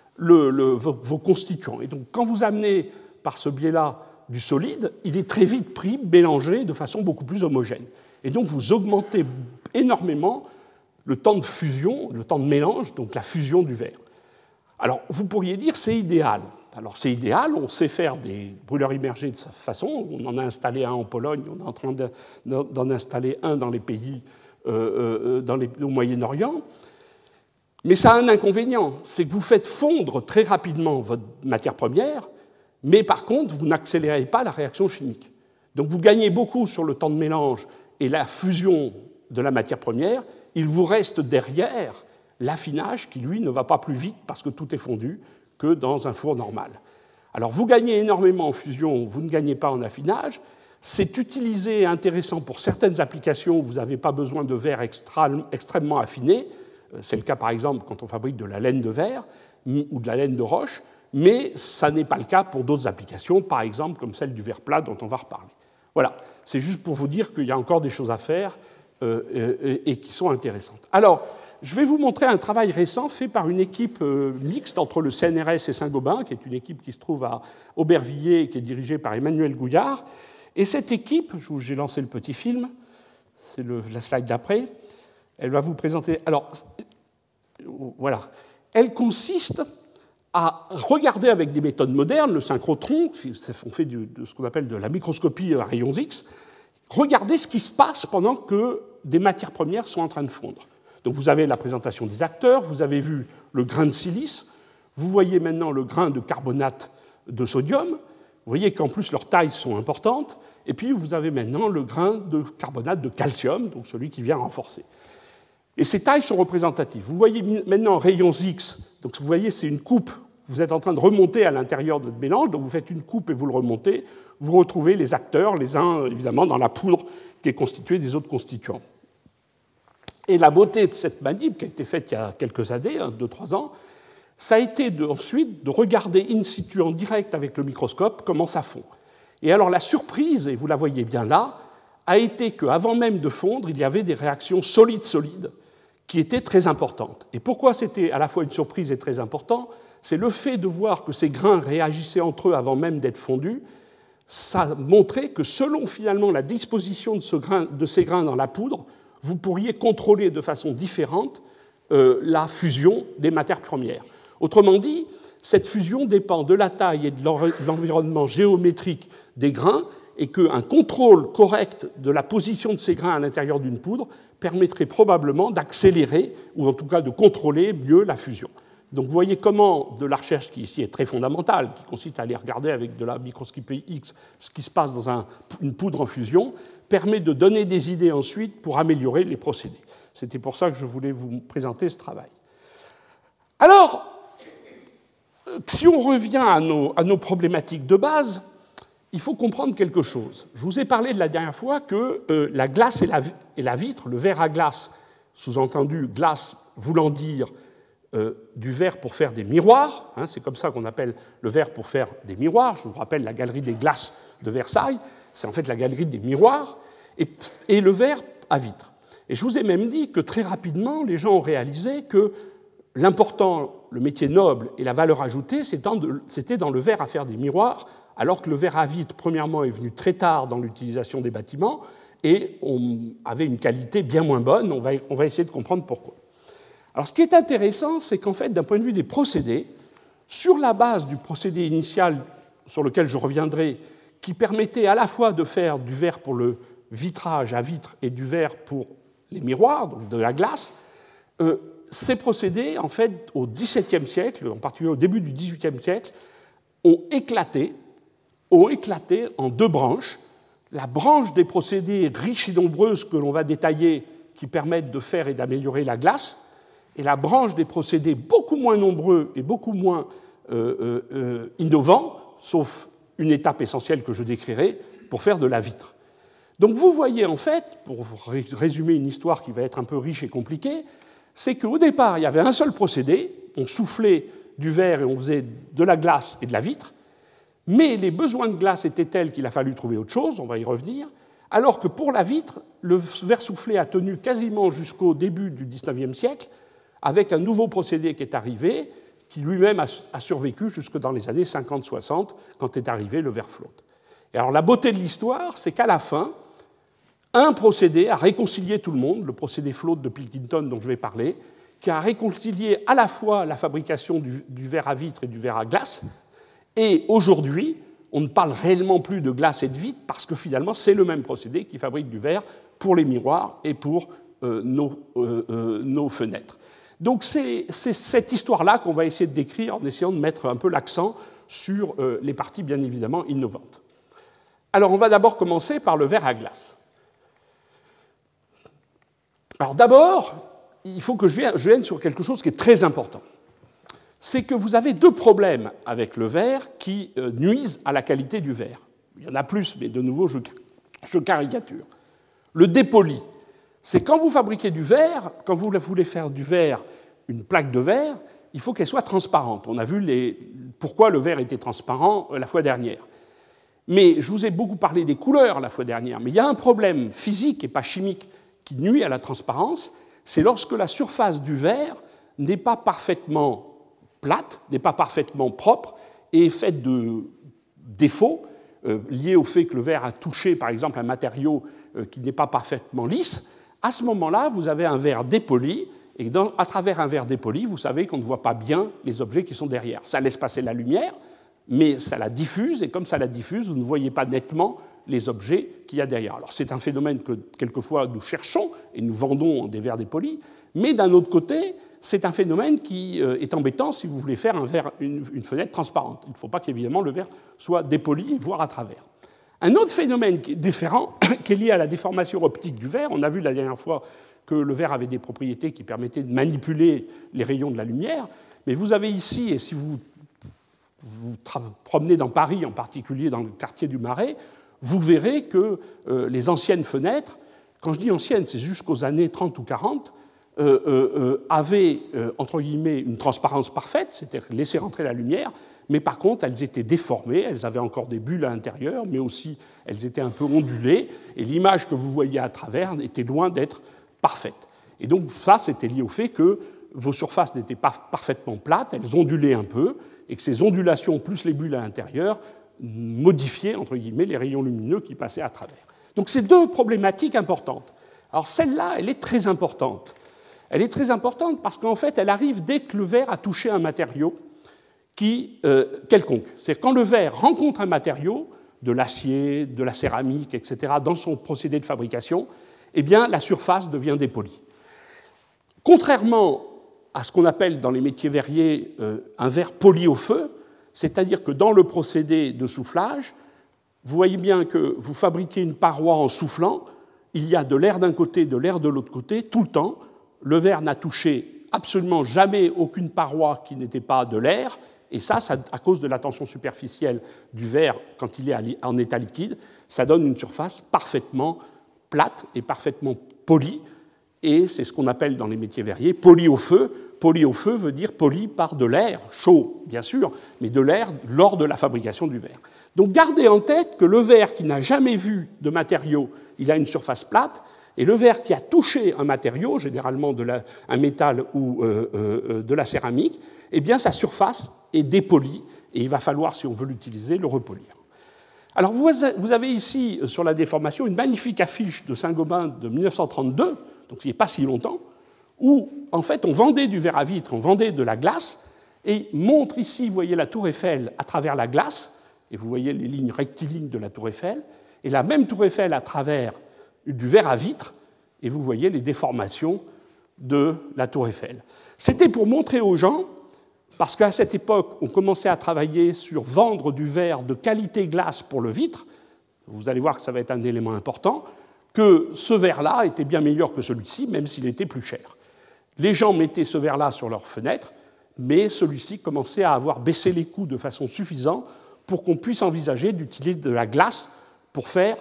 Speaker 2: vos constituants. Et donc, quand vous amenez par ce biais-là du solide, il est très vite pris, mélangé de façon beaucoup plus homogène. Et donc, vous augmentez énormément le temps de fusion, le temps de mélange, donc la fusion du verre. Alors, vous pourriez dire c'est idéal. Alors, c'est idéal, on sait faire des brûleurs immergés de cette façon. On en a installé un en Pologne, on est en train d'en installer un dans les pays au Moyen-Orient. Mais ça a un inconvénient, c'est que vous faites fondre très rapidement votre matière première, mais par contre, vous n'accélérez pas la réaction chimique. Donc vous gagnez beaucoup sur le temps de mélange et la fusion de la matière première. Il vous reste derrière l'affinage qui, lui, ne va pas plus vite parce que tout est fondu que dans un four normal. Alors vous gagnez énormément en fusion, vous ne gagnez pas en affinage. C'est utilisé et intéressant pour certaines applications où vous n'avez pas besoin de verre extrêmement affiné. C'est le cas, par exemple, quand on fabrique de la laine de verre ou de la laine de roche, mais ça n'est pas le cas pour d'autres applications, par exemple comme celle du verre plat dont on va reparler. Voilà, c'est juste pour vous dire qu'il y a encore des choses à faire et qui sont intéressantes. Alors, je vais vous montrer un travail récent fait par une équipe mixte entre le CNRS et Saint-Gobain, qui est une équipe qui se trouve à Aubervilliers et qui est dirigée par Emmanuel Gouillard. Et cette équipe, j'ai lancé le petit film, c'est la slide d'après, elle va vous présenter. Alors, voilà. Elle consiste à regarder avec des méthodes modernes, le synchrotron, on fait de ce qu'on appelle de la microscopie à rayons X, regarder ce qui se passe pendant que des matières premières sont en train de fondre. Donc vous avez la présentation des acteurs, vous avez vu le grain de silice, vous voyez maintenant le grain de carbonate de sodium, vous voyez qu'en plus leurs tailles sont importantes, et puis vous avez maintenant le grain de carbonate de calcium, donc celui qui vient renforcer. Et ces tailles sont représentatives. Vous voyez maintenant rayons X, donc vous voyez c'est une coupe, vous êtes en train de remonter à l'intérieur de votre mélange, donc vous faites une coupe et vous le remontez, vous retrouvez les acteurs, les uns évidemment dans la poudre qui est constituée des autres constituants. Et la beauté de cette manip, qui a été faite il y a quelques années, 2-3 ans, ça a été ensuite de regarder in situ en direct avec le microscope comment ça fond. Et alors la surprise, et vous la voyez bien là, a été qu'avant même de fondre, il y avait des réactions solides-solides qui étaient très importantes. Et pourquoi c'était à la fois une surprise et très important? C'est le fait de voir que ces grains réagissaient entre eux avant même d'être fondus. Ça montrait que selon finalement la disposition de ces grains dans la poudre, vous pourriez contrôler de façon différente la fusion des matières premières. Autrement dit, cette fusion dépend de la taille et de l'environnement géométrique des grains, et qu'un contrôle correct de la position de ces grains à l'intérieur d'une poudre permettrait probablement d'accélérer, ou en tout cas de contrôler mieux la fusion. Donc vous voyez comment de la recherche qui ici est très fondamentale, qui consiste à aller regarder avec de la microscopie X ce qui se passe dans une poudre en fusion, permet de donner des idées ensuite pour améliorer les procédés. C'était pour ça que je voulais vous présenter ce travail. Alors, si on revient à nos problématiques de base, il faut comprendre quelque chose. Je vous ai parlé de la dernière fois que la glace et la vitre, le verre à glace, sous-entendu glace voulant dire du verre pour faire des miroirs, hein, c'est comme ça qu'on appelle le verre pour faire des miroirs. Je vous rappelle la galerie des glaces de Versailles, c'est en fait la galerie des miroirs, et le verre à vitre. Et je vous ai même dit que très rapidement, les gens ont réalisé que l'important, le métier noble et la valeur ajoutée, c'était dans le verre à faire des miroirs, alors que le verre à vitre, premièrement, est venu très tard dans l'utilisation des bâtiments, et on avait une qualité bien moins bonne. On va essayer de comprendre pourquoi. Alors, ce qui est intéressant, c'est qu'en fait, d'un point de vue des procédés, sur la base du procédé initial sur lequel je reviendrai, qui permettait à la fois de faire du verre pour le vitrage à vitre et du verre pour les miroirs, donc de la glace, ces procédés, en fait, au XVIIe siècle, en particulier au début du XVIIIe siècle, ont éclaté en deux branches. La branche des procédés riches et nombreuses que l'on va détailler, qui permettent de faire et d'améliorer la glace, et la branche des procédés beaucoup moins nombreux et beaucoup moins innovants, sauf une étape essentielle que je décrirai, pour faire de la vitre. Donc vous voyez, en fait, pour résumer une histoire qui va être un peu riche et compliquée, c'est qu'au départ, il y avait un seul procédé, on soufflait du verre et on faisait de la glace et de la vitre, mais les besoins de glace étaient tels qu'il a fallu trouver autre chose, on va y revenir, alors que pour la vitre, le verre soufflé a tenu quasiment jusqu'au début du XIXe siècle, avec un nouveau procédé qui est arrivé, qui lui-même a survécu jusque dans les années 50-60, quand est arrivé le verre flotte. Et alors la beauté de l'histoire, c'est qu'à la fin, un procédé a réconcilié tout le monde, le procédé flotte de Pilkington dont je vais parler, qui a réconcilié à la fois la fabrication du verre à vitre et du verre à glace, et aujourd'hui, on ne parle réellement plus de glace et de vitre, parce que finalement, c'est le même procédé qui fabrique du verre pour les miroirs et pour nos fenêtres. Donc c'est cette histoire-là qu'on va essayer de décrire en essayant de mettre un peu l'accent sur les parties bien évidemment innovantes. Alors on va d'abord commencer par le verre à glace. Alors d'abord, il faut que je vienne sur quelque chose qui est très important. C'est que vous avez deux problèmes avec le verre qui nuisent à la qualité du verre. Il y en a plus, mais de nouveau, je caricature. Le dépoli. C'est quand vous fabriquez du verre, quand vous voulez faire du verre une plaque de verre, il faut qu'elle soit transparente. On a vu pourquoi le verre était transparent la fois dernière. Mais je vous ai beaucoup parlé des couleurs la fois dernière, mais il y a un problème physique et pas chimique qui nuit à la transparence, c'est lorsque la surface du verre n'est pas parfaitement plate, n'est pas parfaitement propre et est faite de défauts liées au fait que le verre a touché, par exemple, un matériau qui n'est pas parfaitement lisse, à ce moment-là, vous avez un verre dépoli, et à travers un verre dépoli, vous savez qu'on ne voit pas bien les objets qui sont derrière. Ça laisse passer la lumière, mais ça la diffuse, et comme ça la diffuse, vous ne voyez pas nettement les objets qu'il y a derrière. Alors c'est un phénomène que quelquefois nous cherchons, et nous vendons des verres dépolis, mais d'un autre côté, c'est un phénomène qui est embêtant si vous voulez faire une fenêtre transparente. Il ne faut pas qu'évidemment le verre soit dépoli, voire à travers. Un autre phénomène qui est différent, qui est lié à la déformation optique du verre, on a vu la dernière fois que le verre avait des propriétés qui permettaient de manipuler les rayons de la lumière, mais vous avez ici, et si vous promenez dans Paris, en particulier dans le quartier du Marais, vous verrez que les anciennes fenêtres, quand je dis anciennes, c'est jusqu'aux années 30 ou 40, avaient, entre guillemets, une transparence parfaite, c'est-à-dire laisser rentrer la lumière, mais par contre, elles étaient déformées, elles avaient encore des bulles à l'intérieur, mais aussi elles étaient un peu ondulées, et l'image que vous voyez à travers était loin d'être parfaite. Et donc ça, c'était lié au fait que vos surfaces n'étaient pas parfaitement plates, elles ondulaient un peu, et que ces ondulations, plus les bulles à l'intérieur, modifiaient, entre guillemets, les rayons lumineux qui passaient à travers. Donc c'est deux problématiques importantes. Alors celle-là, elle est très importante. Elle est très importante parce qu'en fait, elle arrive dès que le verre a touché un matériau quelconque. C'est-à-dire quand le verre rencontre un matériau, de l'acier, de la céramique, etc., dans son procédé de fabrication, eh bien, la surface devient dépolie. Contrairement à ce qu'on appelle dans les métiers verriers un verre poli au feu, c'est-à-dire que dans le procédé de soufflage, vous voyez bien que vous fabriquez une paroi en soufflant, il y a de l'air d'un côté, de l'air de l'autre côté, tout le temps. Le verre n'a touché absolument jamais aucune paroi qui n'était pas de l'air, et ça, à cause de la tension superficielle du verre quand il est en état liquide, ça donne une surface parfaitement plate et parfaitement polie, et c'est ce qu'on appelle dans les métiers verriers poli au feu. Poli au feu veut dire poli par de l'air, chaud bien sûr, mais de l'air lors de la fabrication du verre. Donc gardez en tête que le verre qui n'a jamais vu de matériau, il a une surface plate, et le verre qui a touché un matériau, généralement un métal ou de la céramique, eh bien sa surface est dépolie, et il va falloir, si on veut l'utiliser, le repolir. Alors vous avez ici, sur la déformation, une magnifique affiche de Saint-Gobain de 1932, donc il n'y a pas si longtemps, où en fait on vendait du verre à vitre, on vendait de la glace, et montre ici, vous voyez la tour Eiffel à travers la glace, et vous voyez les lignes rectilignes de la tour Eiffel, et la même tour Eiffel à travers du verre à vitre, et vous voyez les déformations de la tour Eiffel. C'était pour montrer aux gens, parce qu'à cette époque, on commençait à travailler sur vendre du verre de qualité glace pour le vitre, vous allez voir que ça va être un élément important, que ce verre-là était bien meilleur que celui-ci, même s'il était plus cher. Les gens mettaient ce verre-là sur leurs fenêtres, mais celui-ci commençait à avoir baissé les coûts de façon suffisante pour qu'on puisse envisager d'utiliser de la glace pour faire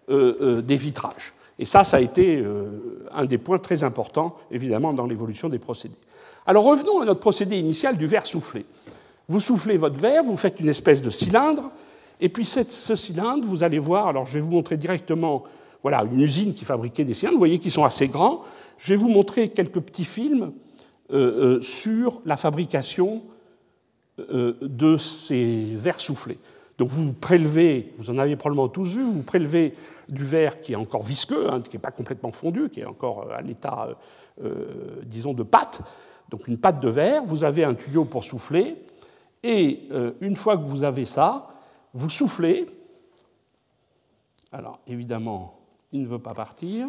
Speaker 2: des vitrages. Et ça a été un des points très importants, évidemment, dans l'évolution des procédés. Alors revenons à notre procédé initial du verre soufflé. Vous soufflez votre verre, vous faites une espèce de cylindre, et puis ce cylindre, vous allez voir, alors je vais vous montrer directement voilà, une usine qui fabriquait des cylindres, vous voyez qu'ils sont assez grands. Je vais vous montrer quelques petits films sur la fabrication de ces verres soufflés. Donc vous prélevez, vous en avez probablement tous vu, vous prélevez du verre qui est encore visqueux, hein, qui n'est pas complètement fondu, qui est encore à l'état, disons, de pâte, donc une pâte de verre, vous avez un tuyau pour souffler, et une fois que vous avez ça, vous soufflez. Alors évidemment, il ne veut pas partir.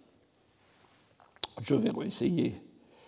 Speaker 2: Je vais réessayer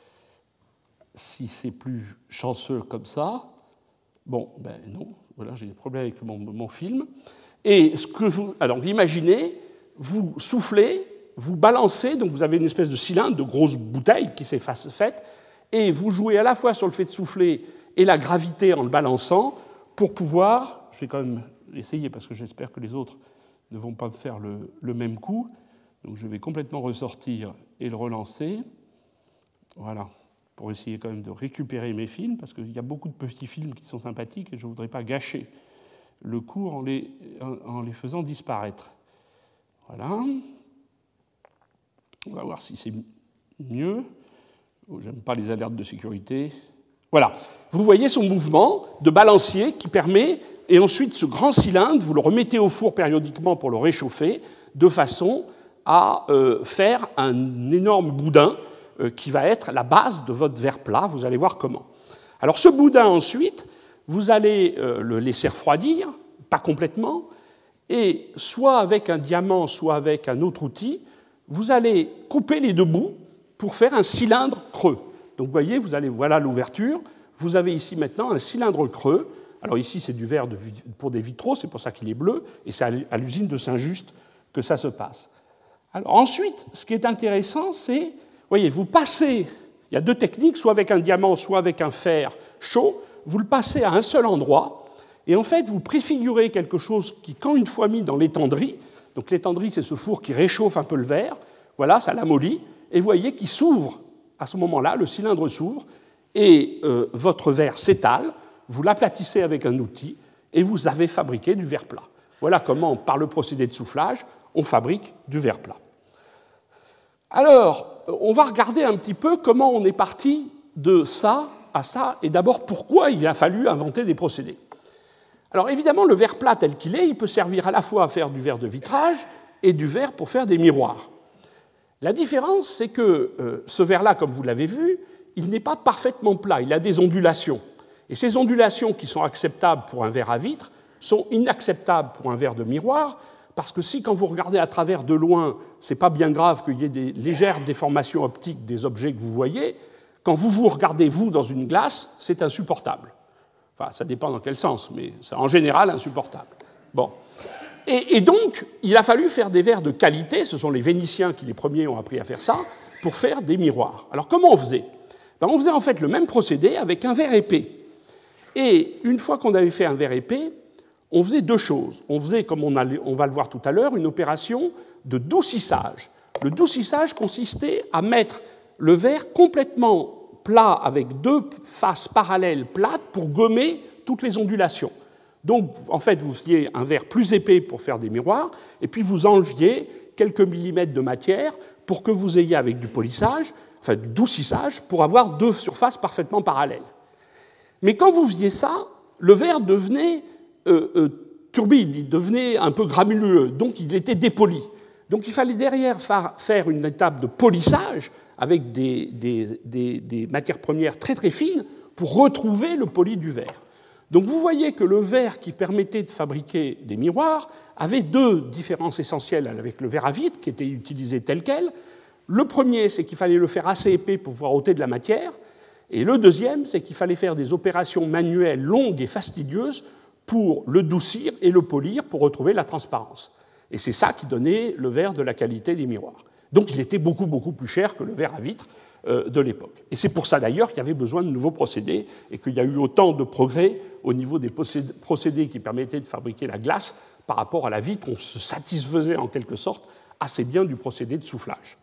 Speaker 2: si c'est plus chanceux comme ça. Bon, ben non, voilà, j'ai des problèmes avec mon film. Et alors imaginez, vous soufflez, vous balancez, donc vous avez une espèce de cylindre, de grosse bouteille qui s'est faite, et vous jouez à la fois sur le fait de souffler et la gravité en le balançant pour pouvoir, je vais quand même essayer parce que j'espère que les autres ne vont pas me faire le même coup, donc je vais complètement ressortir et le relancer, voilà, pour essayer quand même de récupérer mes films, parce qu'il y a beaucoup de petits films qui sont sympathiques et je ne voudrais pas gâcher le cours en les faisant disparaître. Voilà. On va voir si c'est mieux. Oh, j'aime pas les alertes de sécurité. Voilà. Vous voyez son mouvement de balancier qui permet et ensuite ce grand cylindre, vous le remettez au four périodiquement pour le réchauffer, de façon à faire un énorme boudin qui va être la base de votre verre plat. Vous allez voir comment. Alors ce boudin, ensuite, vous allez le laisser refroidir, pas complètement, et soit avec un diamant, soit avec un autre outil, vous allez couper les deux bouts pour faire un cylindre creux. Donc vous voyez, voilà l'ouverture. Vous avez ici maintenant un cylindre creux. Alors ici, c'est du verre pour des vitraux, c'est pour ça qu'il est bleu, et c'est à l'usine de Saint-Just que ça se passe. Alors ensuite, ce qui est intéressant, c'est, vous voyez, vous passez, il y a deux techniques, soit avec un diamant, soit avec un fer chaud, vous le passez à un seul endroit, et en fait, vous préfigurez quelque chose qui, quand une fois mis dans l'étendrie, donc l'étendrie, c'est ce four qui réchauffe un peu le verre, voilà, ça l'amollit, et vous voyez qu'il s'ouvre, à ce moment-là, le cylindre s'ouvre, et votre verre s'étale, vous l'aplatissez avec un outil, et vous avez fabriqué du verre plat. Voilà comment, par le procédé de soufflage, on fabrique du verre plat. Alors, on va regarder un petit peu comment on est parti de ça à ça, et d'abord pourquoi il a fallu inventer des procédés. Alors évidemment, le verre plat tel qu'il est, il peut servir à la fois à faire du verre de vitrage et du verre pour faire des miroirs. La différence, c'est que ce verre-là, comme vous l'avez vu, il n'est pas parfaitement plat, il a des ondulations. Et ces ondulations qui sont acceptables pour un verre à vitre sont inacceptables pour un verre de miroir, parce que si, quand vous regardez à travers de loin, ce n'est pas bien grave qu'il y ait des légères déformations optiques des objets que vous voyez, quand vous regardez, vous, dans une glace, c'est insupportable. Enfin, ça dépend dans quel sens, mais c'est en général insupportable. Bon. Et donc, il a fallu faire des verres de qualité, ce sont les Vénitiens qui, les premiers, ont appris à faire ça, pour faire des miroirs. Alors, comment on faisait ? On faisait en fait le même procédé avec un verre épais. Et une fois qu'on avait fait un verre épais, on faisait deux choses. On faisait, comme on va le voir tout à l'heure, une opération de doucissage. Le doucissage consistait à mettre le verre complètement plat avec deux faces parallèles plates pour gommer toutes les ondulations. Donc, en fait, vous faisiez un verre plus épais pour faire des miroirs, et puis vous enleviez quelques millimètres de matière pour que vous ayez, avec du polissage, enfin du doucissage, pour avoir deux surfaces parfaitement parallèles. Mais quand vous faisiez ça, le verre devenait turbide, il devenait un peu granuleux, donc il était dépoli. Donc il fallait derrière faire une étape de polissage avec des matières premières très très fines pour retrouver le poli du verre. Donc vous voyez que le verre qui permettait de fabriquer des miroirs avait deux différences essentielles avec le verre à vitre qui était utilisé tel quel. Le premier, c'est qu'il fallait le faire assez épais pour pouvoir ôter de la matière, et le deuxième, c'est qu'il fallait faire des opérations manuelles longues et fastidieuses pour le doucir et le polir pour retrouver la transparence. Et c'est ça qui donnait le verre de la qualité des miroirs. Donc il était beaucoup, beaucoup plus cher que le verre à vitre de l'époque. Et c'est pour ça d'ailleurs qu'il y avait besoin de nouveaux procédés et qu'il y a eu autant de progrès au niveau des procédés qui permettaient de fabriquer la glace par rapport à la vitre. On se satisfaisait en quelque sorte assez bien du procédé de soufflage.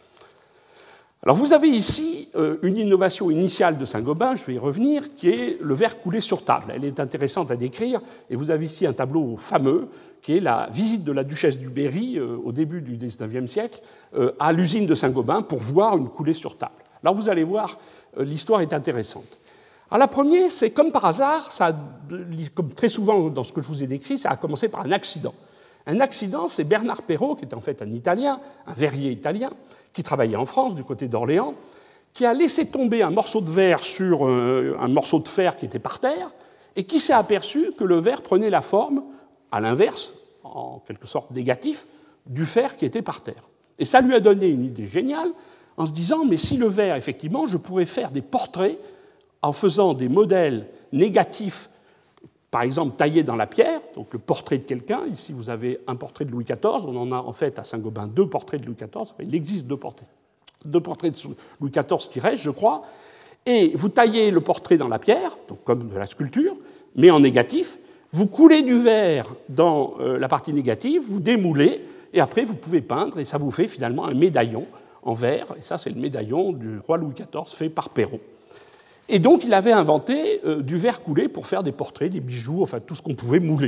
Speaker 2: Alors vous avez ici une innovation initiale de Saint-Gobain, je vais y revenir, qui est le verre coulé sur table. Elle est intéressante à décrire, et vous avez ici un tableau fameux, qui est la visite de la duchesse du Berry au début du XIXe siècle à l'usine de Saint-Gobain pour voir une coulée sur table. Alors vous allez voir, l'histoire est intéressante. Alors la première, c'est comme par hasard, comme très souvent dans ce que je vous ai décrit, ça a commencé par un accident. Un accident, c'est Bernard Perrault, qui est en fait un Italien, un verrier italien, qui travaillait en France, du côté d'Orléans, qui a laissé tomber un morceau de verre sur un morceau de fer qui était par terre, et qui s'est aperçu que le verre prenait la forme, à l'inverse, en quelque sorte négatif, du fer qui était par terre. Et ça lui a donné une idée géniale, en se disant, mais si le verre, effectivement, je pourrais faire des portraits en faisant des modèles négatifs, par exemple taillés dans la pierre, donc le portrait de quelqu'un. Ici, vous avez un portrait de Louis XIV. On en a en fait à Saint-Gobain deux portraits de Louis XIV. Il existe deux portraits de Louis XIV qui restent, je crois. Et vous taillez le portrait dans la pierre, donc comme de la sculpture, mais en négatif. Vous coulez du verre dans la partie négative, vous démoulez, et après vous pouvez peindre, et ça vous fait finalement un médaillon en verre. Et ça, c'est le médaillon du roi Louis XIV fait par Perrault. Et donc, il avait inventé du verre coulé pour faire des portraits, des bijoux, enfin tout ce qu'on pouvait mouler.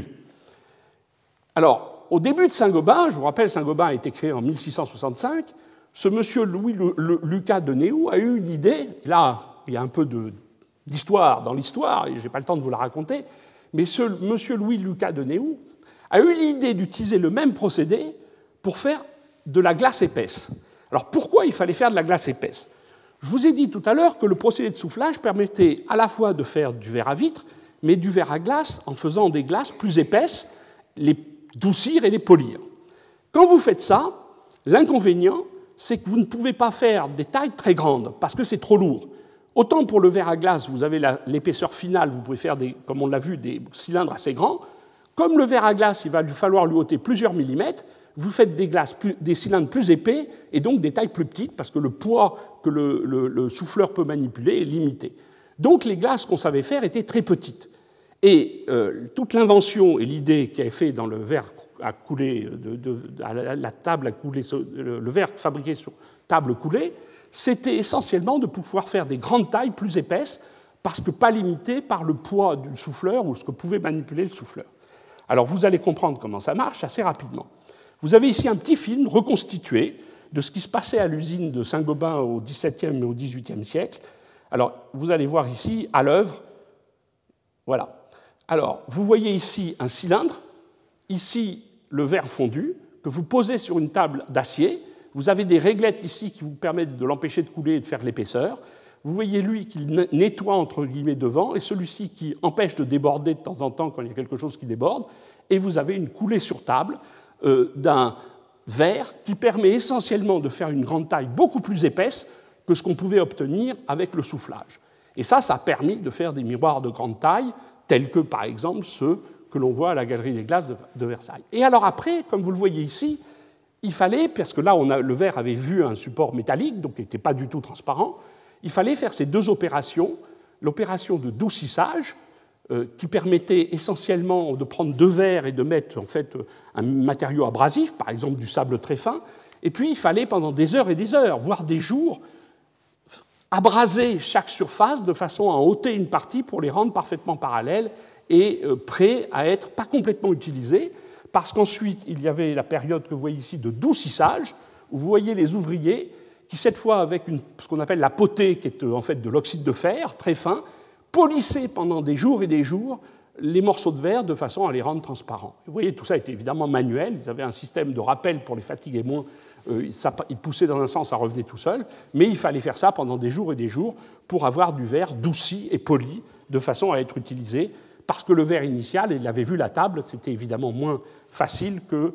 Speaker 2: Alors, au début de Saint-Gobain, je vous rappelle, Saint-Gobain a été créé en 1665, ce monsieur Lucas de Néou a eu une idée, là, il y a un peu d'histoire dans l'histoire, et je n'ai pas le temps de vous la raconter, mais ce M. Louis-Lucas de Néou a eu l'idée d'utiliser le même procédé pour faire de la glace épaisse. Alors pourquoi il fallait faire de la glace épaisse? Je vous ai dit tout à l'heure que le procédé de soufflage permettait à la fois de faire du verre à vitre, mais du verre à glace en faisant des glaces plus épaisses, les doucir et les polir. Quand vous faites ça, l'inconvénient, c'est que vous ne pouvez pas faire des tailles très grandes, parce que c'est trop lourd. Autant pour le verre à glace, vous avez l'épaisseur finale, vous pouvez faire, comme on l'a vu, des cylindres assez grands. Comme le verre à glace, il va lui falloir lui ôter plusieurs millimètres, vous faites des cylindres plus épais et donc des tailles plus petites, parce que le poids que le souffleur peut manipuler est limité. Donc les glaces qu'on savait faire étaient très petites. Et toute l'invention et l'idée qui avait fait dans le verre à couler, la table à couler, le verre fabriqué sur table coulée, c'était essentiellement de pouvoir faire des grandes tailles plus épaisses, parce que pas limitées par le poids du souffleur ou ce que pouvait manipuler le souffleur. Alors vous allez comprendre comment ça marche assez rapidement. Vous avez ici un petit film reconstitué de ce qui se passait à l'usine de Saint-Gobain au XVIIe et au XVIIIe siècle. Alors, vous allez voir ici, à l'œuvre, voilà. Alors, vous voyez ici un cylindre, ici le verre fondu, que vous posez sur une table d'acier. Vous avez des réglettes ici qui vous permettent de l'empêcher de couler et de faire l'épaisseur. Vous voyez lui qui nettoie entre guillemets devant, et celui-ci qui empêche de déborder de temps en temps quand il y a quelque chose qui déborde. Et vous avez une coulée sur table d'un verre qui permet essentiellement de faire une grande taille beaucoup plus épaisse que ce qu'on pouvait obtenir avec le soufflage. Et ça a permis de faire des miroirs de grande taille, tels que, par exemple, ceux que l'on voit à la Galerie des Glaces de Versailles. Et alors après, comme vous le voyez ici, il fallait, parce que là, le verre avait vu un support métallique, donc il n'était pas du tout transparent, il fallait faire ces deux opérations, l'opération de doucissage, qui permettait essentiellement de prendre deux verres et de mettre en fait un matériau abrasif, par exemple du sable très fin, et puis il fallait pendant des heures et des heures, voire des jours, abraser chaque surface de façon à ôter une partie pour les rendre parfaitement parallèles et prêts à être pas complètement utilisés, parce qu'ensuite il y avait la période que vous voyez ici de doucissage, où vous voyez les ouvriers qui, cette fois avec ce qu'on appelle la potée, qui est en fait de l'oxyde de fer, très fin, polissaient pendant des jours et des jours les morceaux de verre de façon à les rendre transparents. Vous voyez, tout ça était évidemment manuel. Ils avaient un système de rappel pour les fatiguer moins. Ils poussaient dans un sens, ça revenait tout seul. Mais il fallait faire ça pendant des jours et des jours pour avoir du verre douci et poli de façon à être utilisé. Parce que le verre initial, et il avait vu la table, c'était évidemment moins facile que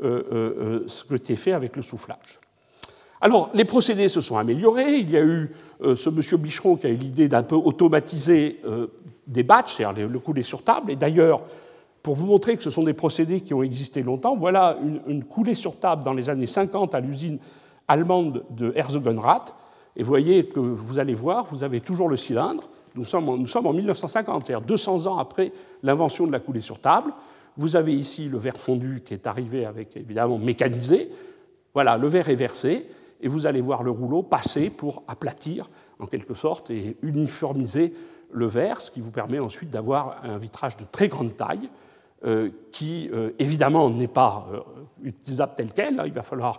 Speaker 2: ce qui était fait avec le soufflage. Alors, les procédés se sont améliorés. Il y a eu ce monsieur Bicheron qui a eu l'idée d'un peu automatiser des batchs, c'est-à-dire le coulé sur table. Et d'ailleurs, pour vous montrer que ce sont des procédés qui ont existé longtemps, voilà une coulée sur table dans les années 50 à l'usine allemande de Herzogenrath. Et vous voyez que vous allez voir, vous avez toujours le cylindre. Nous sommes en 1950, c'est-à-dire 200 ans après l'invention de la coulée sur table. Vous avez ici le verre fondu qui est arrivé avec, évidemment, mécanisé. Voilà, le verre est versé. Et vous allez voir le rouleau passer pour aplatir, en quelque sorte, et uniformiser le verre, ce qui vous permet ensuite d'avoir un vitrage de très grande taille, qui, évidemment, n'est pas utilisable tel quel. Il va falloir,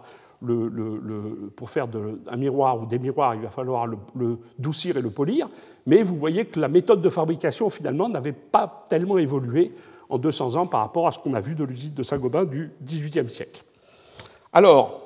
Speaker 2: pour faire un miroir ou des miroirs, il va falloir le doucir et le polir, mais vous voyez que la méthode de fabrication, finalement, n'avait pas tellement évolué en 200 ans par rapport à ce qu'on a vu de l'usine de Saint-Gobain du XVIIIe siècle. Alors,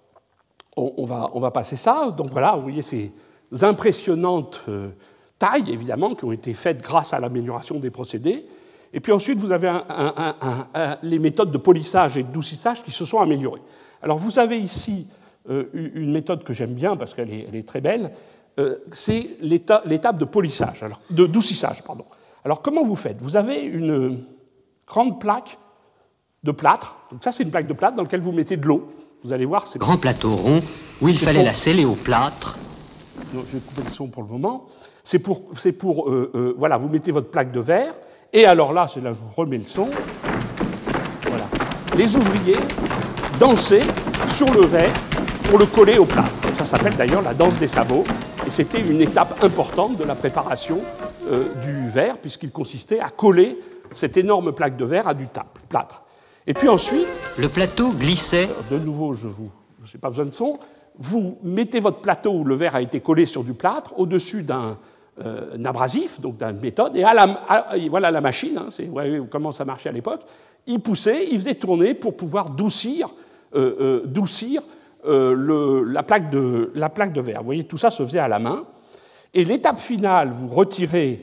Speaker 2: on va passer ça. Donc voilà, vous voyez ces impressionnantes tailles, évidemment, qui ont été faites grâce à l'amélioration des procédés. Et puis ensuite, vous avez les méthodes de polissage et de doucissage qui se sont améliorées. Alors vous avez ici une méthode que j'aime bien parce qu'elle est très belle, c'est l'étape de polissage, de doucissage, pardon. Alors comment vous faites? Vous avez une grande plaque de plâtre. Donc ça, c'est une plaque de plâtre dans laquelle vous mettez de l'eau. Vous allez voir, c'est
Speaker 3: grand plateau rond où il fallait la sceller au plâtre.
Speaker 2: Non, je vais couper le son pour le moment. Voilà, vous mettez votre plaque de verre, et alors là, c'est là que je vous remets le son. Voilà. Les ouvriers dansaient sur le verre pour le coller au plâtre. Ça s'appelle d'ailleurs la danse des sabots, et c'était une étape importante de la préparation du verre, puisqu'il consistait à coller cette énorme plaque de verre à du plâtre. Et puis ensuite...
Speaker 3: Le plateau glissait...
Speaker 2: De nouveau, je n'ai pas besoin de son. Vous mettez votre plateau où le verre a été collé sur du plâtre, au-dessus d'un abrasif, donc d'une méthode, et voilà la machine, hein, vous voyez comment ça marchait à l'époque, il poussait, il faisait tourner pour pouvoir adoucir la plaque de verre. Vous voyez, tout ça se faisait à la main. Et l'étape finale, vous retirez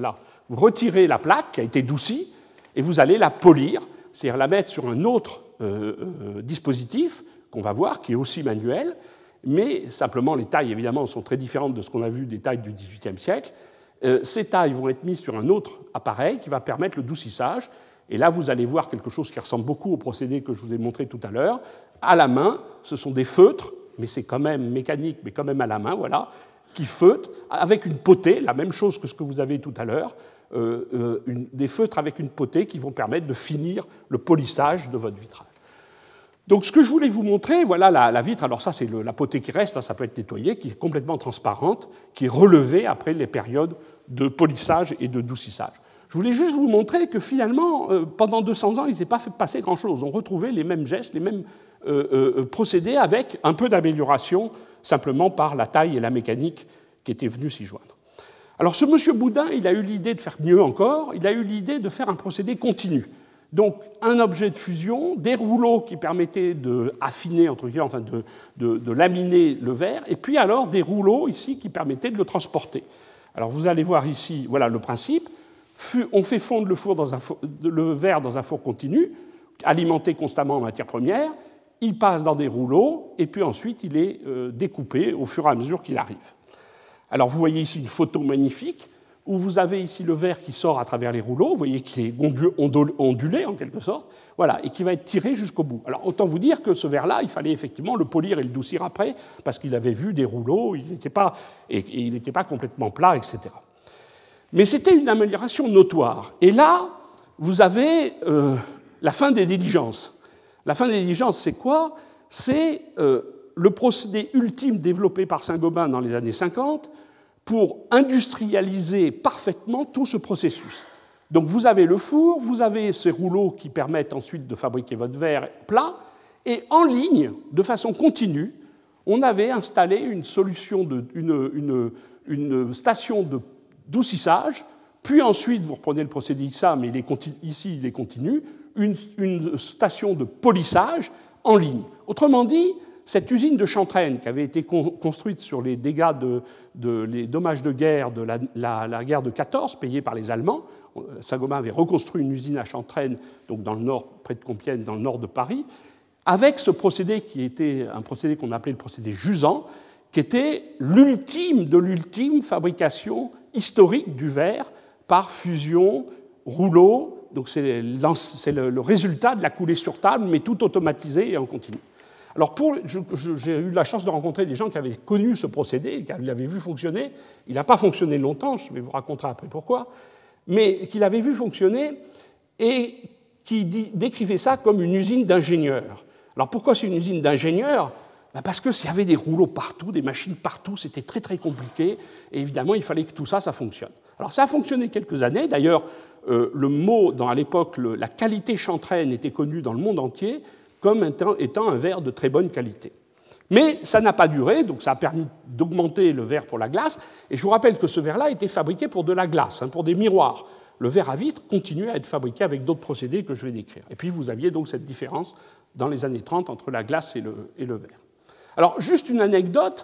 Speaker 2: la plaque qui a été adoucie et vous allez la polir, c'est-à-dire la mettre sur un autre dispositif qu'on va voir, qui est aussi manuel, mais simplement les tailles, évidemment, sont très différentes de ce qu'on a vu des tailles du XVIIIe siècle. Ces tailles vont être mises sur un autre appareil qui va permettre le doucissage. Et là, vous allez voir quelque chose qui ressemble beaucoup au procédé que je vous ai montré tout à l'heure. À la main, ce sont des feutres, mais c'est quand même mécanique, mais quand même à la main, voilà, qui feutrent avec une potée, la même chose que ce que vous avez tout à l'heure, des feutres avec une potée qui vont permettre de finir le polissage de votre vitrage. Donc ce que je voulais vous montrer, voilà la vitre, alors ça c'est la potée qui reste, hein, ça peut être nettoyé, qui est complètement transparente, qui est relevée après les périodes de polissage et de doucissage. Je voulais juste vous montrer que finalement, pendant 200 ans, il ne s'est pas fait passer grand-chose. On retrouvait les mêmes gestes, les mêmes procédés avec un peu d'amélioration, simplement par la taille et la mécanique qui étaient venues s'y joindre. Alors ce monsieur Boudin, il a eu l'idée de faire mieux encore, il a eu l'idée de faire un procédé continu. Donc un objet de fusion, des rouleaux qui permettaient d'affiner, entre guillemets, enfin de laminer le verre, et puis alors des rouleaux ici qui permettaient de le transporter. Alors vous allez voir ici, voilà le principe. On fait fondre le verre dans un four continu, alimenté constamment en matière première, il passe dans des rouleaux, et puis ensuite il est découpé au fur et à mesure qu'il arrive. Alors vous voyez ici une photo magnifique, où vous avez ici le verre qui sort à travers les rouleaux, vous voyez qu'il est ondulé en quelque sorte, voilà, et qui va être tiré jusqu'au bout. Alors autant vous dire que ce verre-là, il fallait effectivement le polir et le doucir après, parce qu'il avait vu des rouleaux, il n'était pas complètement plat, etc. Mais c'était une amélioration notoire. Et là, vous avez la fin des diligences. La fin des diligences, c'est quoi? C'est le procédé ultime développé par Saint-Gobain dans les années 50 pour industrialiser parfaitement tout ce processus. Donc vous avez le four, vous avez ces rouleaux qui permettent ensuite de fabriquer votre verre plat, et en ligne, de façon continue, on avait installé une solution, une station de doucissage, puis ensuite, vous reprenez le procédé ISA, mais ici il est continu, une station de polissage en ligne. Autrement dit, cette usine de Chantraine, qui avait été construite sur les dégâts les dommages de guerre de la guerre de 14, payés par les Allemands, Saint-Gobain avait reconstruit une usine à Chantraine, donc dans le nord, près de Compiègne, dans le nord de Paris, avec ce procédé qui était un procédé qu'on appelait le procédé Jusant, qui était l'ultime de l'ultime fabrication historique du verre par fusion, rouleau. Donc c'est le résultat de la coulée sur table, mais tout automatisé et en continu. Alors j'ai eu la chance de rencontrer des gens qui avaient connu ce procédé, qui l'avaient vu fonctionner. Il n'a pas fonctionné longtemps, je vais vous raconter après pourquoi, mais qui l'avaient vu fonctionner et qui décrivaient ça comme une usine d'ingénieurs. Alors pourquoi c'est une usine d'ingénieurs? Parce qu'il y avait des rouleaux partout, des machines partout, c'était très très compliqué, et évidemment il fallait que tout ça fonctionne. Alors ça a fonctionné quelques années, d'ailleurs le mot, à l'époque, la qualité Chantraine était connue dans le monde entier comme étant un verre de très bonne qualité. Mais ça n'a pas duré, donc ça a permis d'augmenter le verre pour la glace, et je vous rappelle que ce verre-là était fabriqué pour de la glace, pour des miroirs. Le verre à vitre continuait à être fabriqué avec d'autres procédés que je vais décrire. Et puis vous aviez donc cette différence dans les années 30 entre la glace et le verre. Alors, juste une anecdote,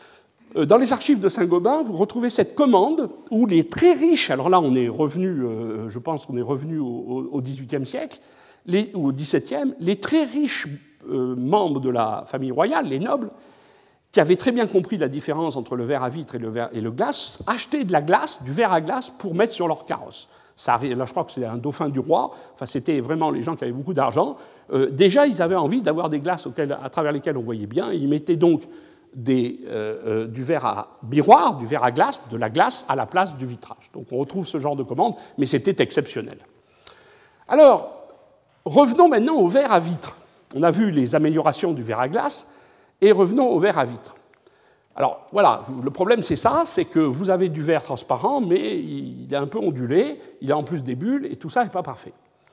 Speaker 2: dans les archives de Saint-Gobain, vous retrouvez cette commande où les très riches, alors là on est revenu, je pense qu'on est revenu au XVIIIe siècle, ou au XVIIe, les très riches membres de la famille royale, les nobles, qui avaient très bien compris la différence entre le verre à vitre et le glace, achetaient de la glace, du verre à glace, pour mettre sur leur carrosse. Là, je crois que c'est un dauphin du roi, enfin, c'était vraiment les gens qui avaient beaucoup d'argent. Déjà, ils avaient envie d'avoir des glaces à travers lesquelles on voyait bien, et ils mettaient donc du verre à miroir, du verre à glace, de la glace à la place du vitrage. Donc on retrouve ce genre de commande, mais c'était exceptionnel. Alors, revenons maintenant au verre à vitre. On a vu les améliorations du verre à glace, et revenons au verre à vitre. Alors voilà, le problème c'est ça, c'est que vous avez du verre transparent, mais il est un peu ondulé, il a en plus des bulles, et tout ça n'est pas parfait.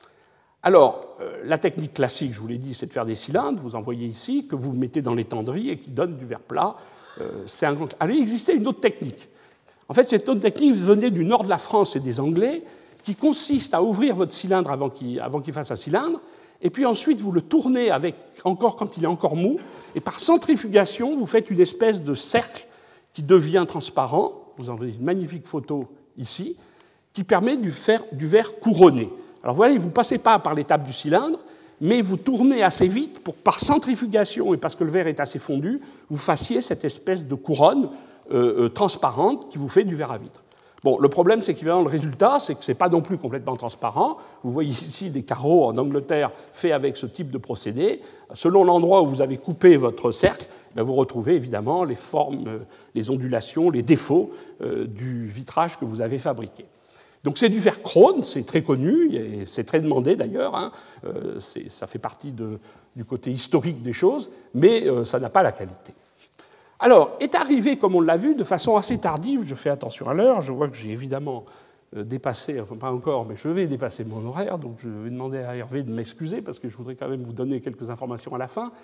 Speaker 2: Alors, la technique classique, je vous l'ai dit, c'est de faire des cylindres, vous en voyez ici, que vous mettez dans les tenderies et qui donnent du verre plat. Alors, il existait une autre technique. En fait, cette autre technique venait du nord de la France et des Anglais, qui consiste à ouvrir votre cylindre avant qu'il fasse un cylindre, et puis ensuite vous le tournez quand il est encore mou, et par centrifugation, vous faites une espèce de cercle qui devient transparent. Vous en avez une magnifique photo ici, qui permet de faire du verre couronné. Alors voilà, vous ne passez pas par l'étape du cylindre, mais vous tournez assez vite pour, par centrifugation et parce que le verre est assez fondu, vous fassiez cette espèce de couronne transparente qui vous fait du verre à vitre. Bon, le problème, c'est qu'évidemment, le résultat, c'est que ce n'est pas non plus complètement transparent. Vous voyez ici des carreaux en Angleterre faits avec ce type de procédé. Selon l'endroit où vous avez coupé votre cercle, vous retrouvez évidemment les formes, les ondulations, les défauts du vitrage que vous avez fabriqué. Donc c'est du verre Krone, c'est très connu, et c'est très demandé d'ailleurs, hein. Ça fait partie du côté historique des choses, mais ça n'a pas la qualité. Alors, est arrivé, comme on l'a vu, de façon assez tardive, je fais attention à l'heure, je vois que j'ai évidemment dépassé, enfin pas encore, mais je vais dépasser mon horaire, donc je vais demander à Hervé de m'excuser, parce que je voudrais quand même vous donner quelques informations à la fin.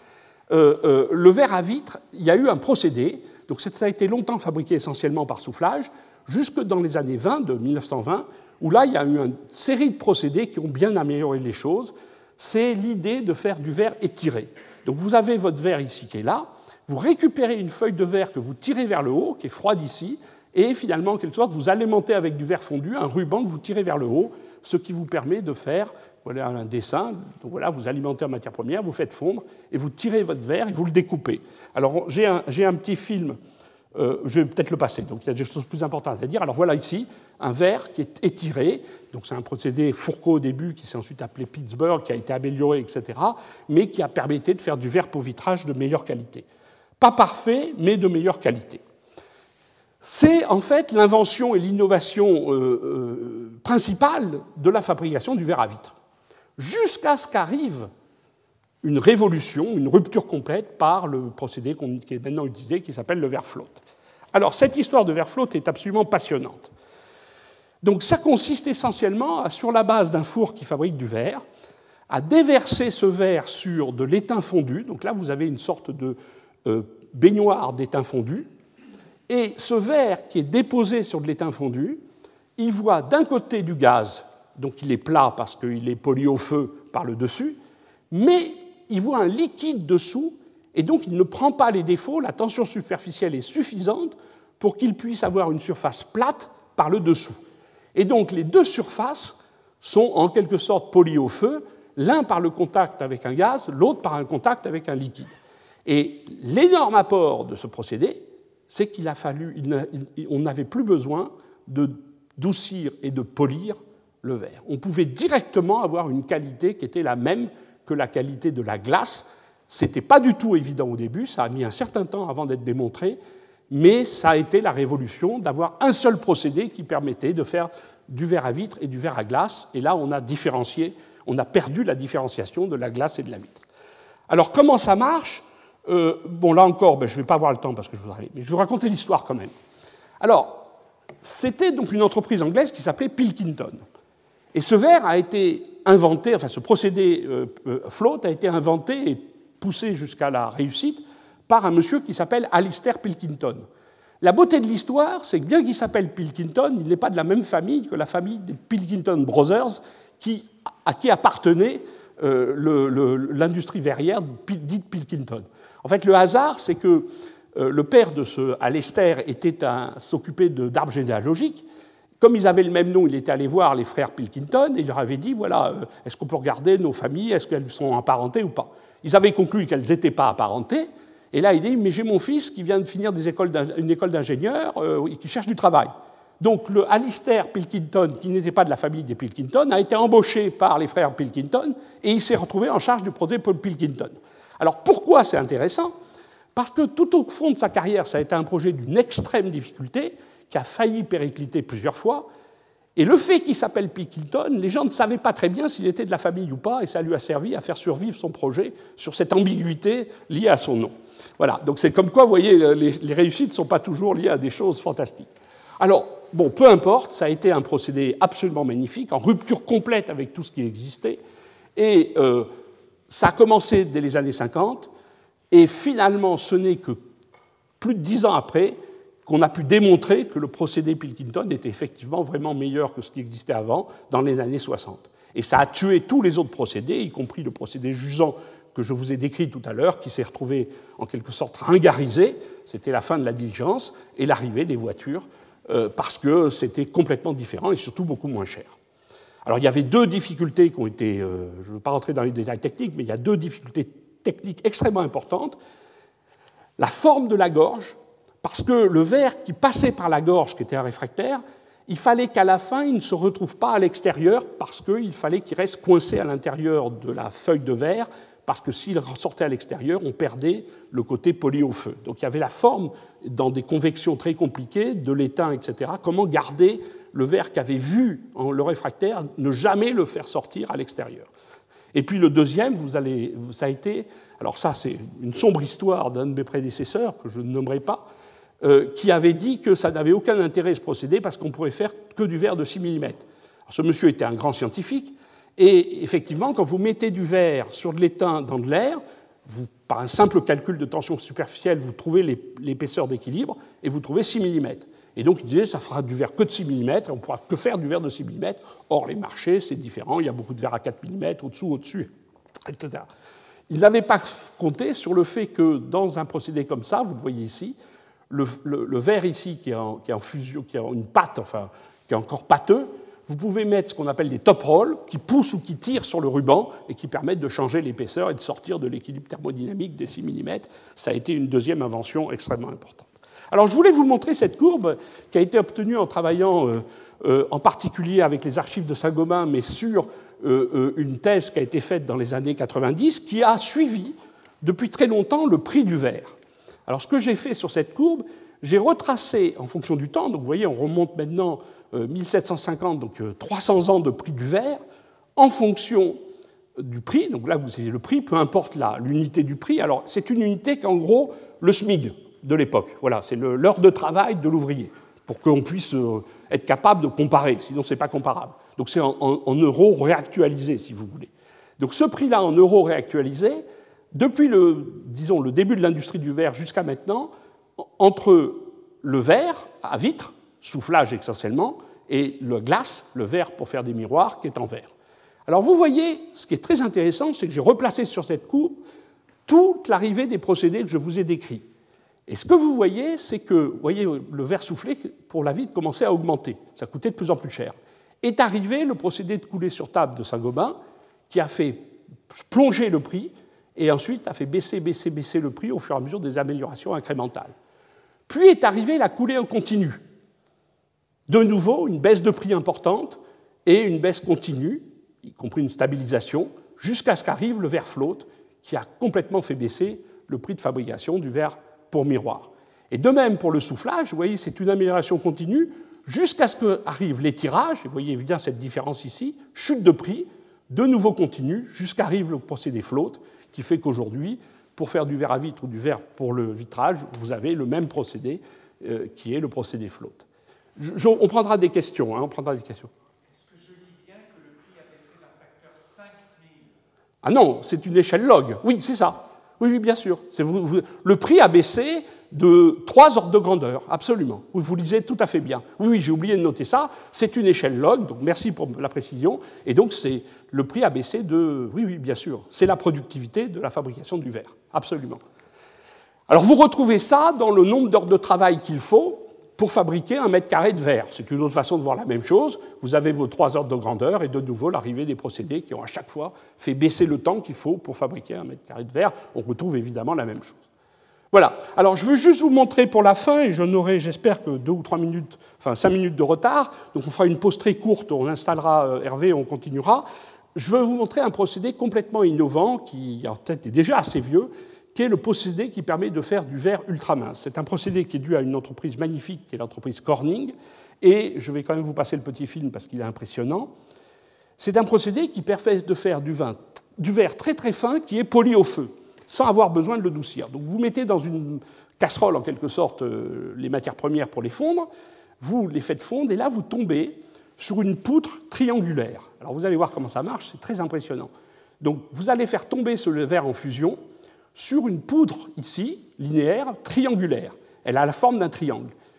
Speaker 2: Le verre à vitre, il y a eu un procédé, donc ça a été longtemps fabriqué essentiellement par soufflage, jusque dans les années 20, de 1920, où là, il y a eu une série de procédés qui ont bien amélioré les choses. C'est l'idée de faire du verre étiré. Donc vous avez votre verre ici qui est là, vous récupérez une feuille de verre que vous tirez vers le haut, qui est froide ici, et finalement, en quelque sorte, vous alimentez avec du verre fondu un ruban que vous tirez vers le haut, ce qui vous permet de faire, voilà un dessin, donc voilà, vous alimentez en matière première, vous faites fondre, et vous tirez votre verre et vous le découpez. Alors j'ai un petit film, je vais peut-être le passer, donc il y a des choses plus importantes à dire. Alors voilà ici, un verre qui est étiré, donc c'est un procédé Fourcault au début, qui s'est ensuite appelé Pittsburgh, qui a été amélioré, etc., mais qui a permis de faire du verre pour vitrage de meilleure qualité. Pas parfait, mais de meilleure qualité. C'est en fait l'invention et l'innovation principale de la fabrication du verre à vitre, jusqu'à ce qu'arrive une révolution, une rupture complète par le procédé qui est maintenant utilisé, qui s'appelle le verre flotte. Alors, cette histoire de verre flotte est absolument passionnante. Donc, ça consiste essentiellement, sur la base d'un four qui fabrique du verre, à déverser ce verre sur de l'étain fondu. Donc là, vous avez une sorte de baignoire d'étain fondu, et ce verre qui est déposé sur de l'étain fondu, il voit d'un côté du gaz, donc il est plat parce qu'il est poli au feu par le dessus, mais il voit un liquide dessous, et donc il ne prend pas les défauts, la tension superficielle est suffisante pour qu'il puisse avoir une surface plate par le dessous. Et donc les deux surfaces sont en quelque sorte polies au feu, l'un par le contact avec un gaz, l'autre par un contact avec un liquide. Et l'énorme apport de ce procédé, c'est on n'avait plus besoin de doucir et de polir le verre. On pouvait directement avoir une qualité qui était la même que la qualité de la glace. Ce n'était pas du tout évident au début, ça a mis un certain temps avant d'être démontré, mais ça a été la révolution d'avoir un seul procédé qui permettait de faire du verre à vitre et du verre à glace. Et là, on a perdu la différenciation de la glace et de la vitre. Alors, comment ça marche ? Bon, là encore, je ne vais pas avoir le temps parce que je voudrais aller, mais je vais vous raconter l'histoire quand même. Alors, c'était donc une entreprise anglaise qui s'appelait Pilkington. Et ce verre a été inventé, enfin ce procédé flotte a été inventé et poussé jusqu'à la réussite par un monsieur qui s'appelle Alistair Pilkington. La beauté de l'histoire, c'est que bien qu'il s'appelle Pilkington, il n'est pas de la même famille que la famille des Pilkington Brothers à qui appartenait l'industrie verrière dite Pilkington. En fait, le hasard, c'est que le père de ce Alistair s'occupait d'arbres généalogiques. Comme ils avaient le même nom, il était allé voir les frères Pilkington et il leur avait dit, voilà, est-ce qu'on peut regarder nos familles, est-ce qu'elles sont apparentées ou pas ? Ils avaient conclu qu'elles n'étaient pas apparentées. Et là, il dit, mais j'ai mon fils qui vient de finir une école d'ingénieur et qui cherche du travail. Donc, le Alistair Pilkington, qui n'était pas de la famille des Pilkington, a été embauché par les frères Pilkington et il s'est retrouvé en charge du projet Pilkington. Alors, pourquoi c'est intéressant ? Parce que tout au fond de sa carrière, ça a été un projet d'une extrême difficulté qui a failli péricliter plusieurs fois. Et le fait qu'il s'appelle Pilkington, les gens ne savaient pas très bien s'il était de la famille ou pas, et ça lui a servi à faire survivre son projet sur cette ambiguïté liée à son nom. Voilà, donc c'est comme quoi, vous voyez, les réussites ne sont pas toujours liées à des choses fantastiques. Alors, bon, peu importe, ça a été un procédé absolument magnifique, en rupture complète avec tout ce qui existait, et ça a commencé dès les années 50, et finalement, ce n'est que plus de 10 ans après qu'on a pu démontrer que le procédé Pilkington était effectivement vraiment meilleur que ce qui existait avant, dans les années 60. Et ça a tué tous les autres procédés, y compris le procédé Jusan que je vous ai décrit tout à l'heure, qui s'est retrouvé en quelque sorte ringarisé. C'était la fin de la diligence et l'arrivée des voitures, parce que c'était complètement différent et surtout beaucoup moins cher. Alors il y avait deux difficultés qui ont été, je ne veux pas rentrer dans les détails techniques, mais il y a deux difficultés techniques extrêmement importantes. La forme de la gorge, parce que le verre qui passait par la gorge, qui était un réfractaire, il fallait qu'à la fin, il ne se retrouve pas à l'extérieur, parce qu'il fallait qu'il reste coincé à l'intérieur de la feuille de verre, parce que s'il sortait à l'extérieur, on perdait le côté poli au feu. Donc il y avait la forme, dans des convections très compliquées, de l'étain, etc., comment garder le verre qu'avait vu le réfractaire, ne jamais le faire sortir à l'extérieur. Et puis le deuxième, ça a été, alors ça c'est une sombre histoire d'un de mes prédécesseurs, que je ne nommerai pas, qui avait dit que ça n'avait aucun intérêt ce procédé parce qu'on ne pourrait faire que du verre de 6 mm. Alors, ce monsieur était un grand scientifique, et effectivement, quand vous mettez du verre sur de l'étain dans de l'air, par un simple calcul de tension superficielle, vous trouvez l'épaisseur d'équilibre et vous trouvez 6 mm. Et donc il disait, ça fera du verre que de 6 mm, et on ne pourra que faire du verre de 6 mm. Or, les marchés, c'est différent, il y a beaucoup de verre à 4 mm, au-dessus, etc. Il n'avait pas compté sur le fait que dans un procédé comme ça, vous le voyez ici, le verre ici qui est en fusion, qui a une pâte, enfin, qui est encore pâteux, vous pouvez mettre ce qu'on appelle des top rolls qui poussent ou qui tirent sur le ruban et qui permettent de changer l'épaisseur et de sortir de l'équilibre thermodynamique des 6 mm. Ça a été une deuxième invention extrêmement importante. Alors, je voulais vous montrer cette courbe qui a été obtenue en travaillant en particulier avec les archives de Saint-Gobain, mais sur une thèse qui a été faite dans les années 90, qui a suivi depuis très longtemps le prix du verre. Alors, ce que j'ai fait sur cette courbe, j'ai retracé en fonction du temps, donc vous voyez, on remonte maintenant 1750, donc 300 ans de prix du verre, en fonction du prix. Donc là, vous avez le prix, peu importe l'unité du prix. Alors, c'est une unité qu'en gros, le SMIC de l'époque. Voilà, c'est l'heure de travail de l'ouvrier, pour qu'on puisse être capable de comparer, sinon ce n'est pas comparable. Donc c'est en euros réactualisés, si vous voulez. Donc ce prix-là, en euros réactualisés, depuis le début de l'industrie du verre jusqu'à maintenant, entre le verre à vitre, soufflage essentiellement, et le glace, le verre pour faire des miroirs, qui est en verre. Alors vous voyez, ce qui est très intéressant, c'est que j'ai replacé sur cette courbe toute l'arrivée des procédés que je vous ai décrits. Et ce que vous voyez, c'est que voyez, le verre soufflé, pour la vitre, commençait à augmenter. Ça coûtait de plus en plus cher. Est arrivé le procédé de coulée sur table de Saint-Gobain, qui a fait plonger le prix, et ensuite a fait baisser le prix au fur et à mesure des améliorations incrémentales. Puis est arrivée la coulée en continu. De nouveau, une baisse de prix importante et une baisse continue, y compris une stabilisation, jusqu'à ce qu'arrive le verre flotte, qui a complètement fait baisser le prix de fabrication du verre pour miroir. Et de même pour le soufflage, vous voyez, c'est une amélioration continue jusqu'à ce qu'arrive l'étirage, vous voyez évidemment cette différence ici, chute de prix, de nouveau continue, jusqu'arrive le procédé flotte, qui fait qu'aujourd'hui, pour faire du verre à vitre ou du verre pour le vitrage, vous avez le même procédé qui est le procédé flotte. On prendra des questions. On prendra des questions.
Speaker 4: Est-ce que je lis bien que le prix a baissé d'un facteur 5000 ?
Speaker 2: Ah non, c'est une échelle log. Oui, c'est ça. Oui, bien sûr. Le prix a baissé de 3 ordres de grandeur, absolument. Vous lisez tout à fait bien. Oui, j'ai oublié de noter ça. C'est une échelle log, donc merci pour la précision. Et donc, le prix a baissé de... Oui, bien sûr. C'est la productivité de la fabrication du verre, absolument. Alors, vous retrouvez ça dans le nombre d'heures de travail qu'il faut pour fabriquer 1 mètre carré de verre. C'est une autre façon de voir la même chose. Vous avez vos 3 ordres de grandeur et de nouveau l'arrivée des procédés qui ont à chaque fois fait baisser le temps qu'il faut pour fabriquer 1 mètre carré de verre. On retrouve évidemment la même chose. Voilà. Alors, je veux juste vous montrer pour la fin, et je n'aurai, j'espère, que 2 ou 3 minutes, enfin 5 minutes de retard. Donc, on fera une pause très courte, on installera Hervé et on continuera. Je veux vous montrer un procédé complètement innovant, qui en fait est déjà assez vieux, qui est le procédé qui permet de faire du verre ultra mince. C'est un procédé qui est dû à une entreprise magnifique, qui est l'entreprise Corning, et je vais quand même vous passer le petit film parce qu'il est impressionnant. C'est un procédé qui permet de faire du verre très très fin qui est poli au feu, sans avoir besoin de le doucir. Donc vous mettez dans une casserole, en quelque sorte, les matières premières pour les fondre, vous les faites fondre, et là vous tombez sur une poutre triangulaire. Alors vous allez voir comment ça marche, c'est très impressionnant. Donc vous allez faire tomber ce verre en fusion sur une poudre, ici, linéaire, triangulaire. Elle a la forme d'un triangle.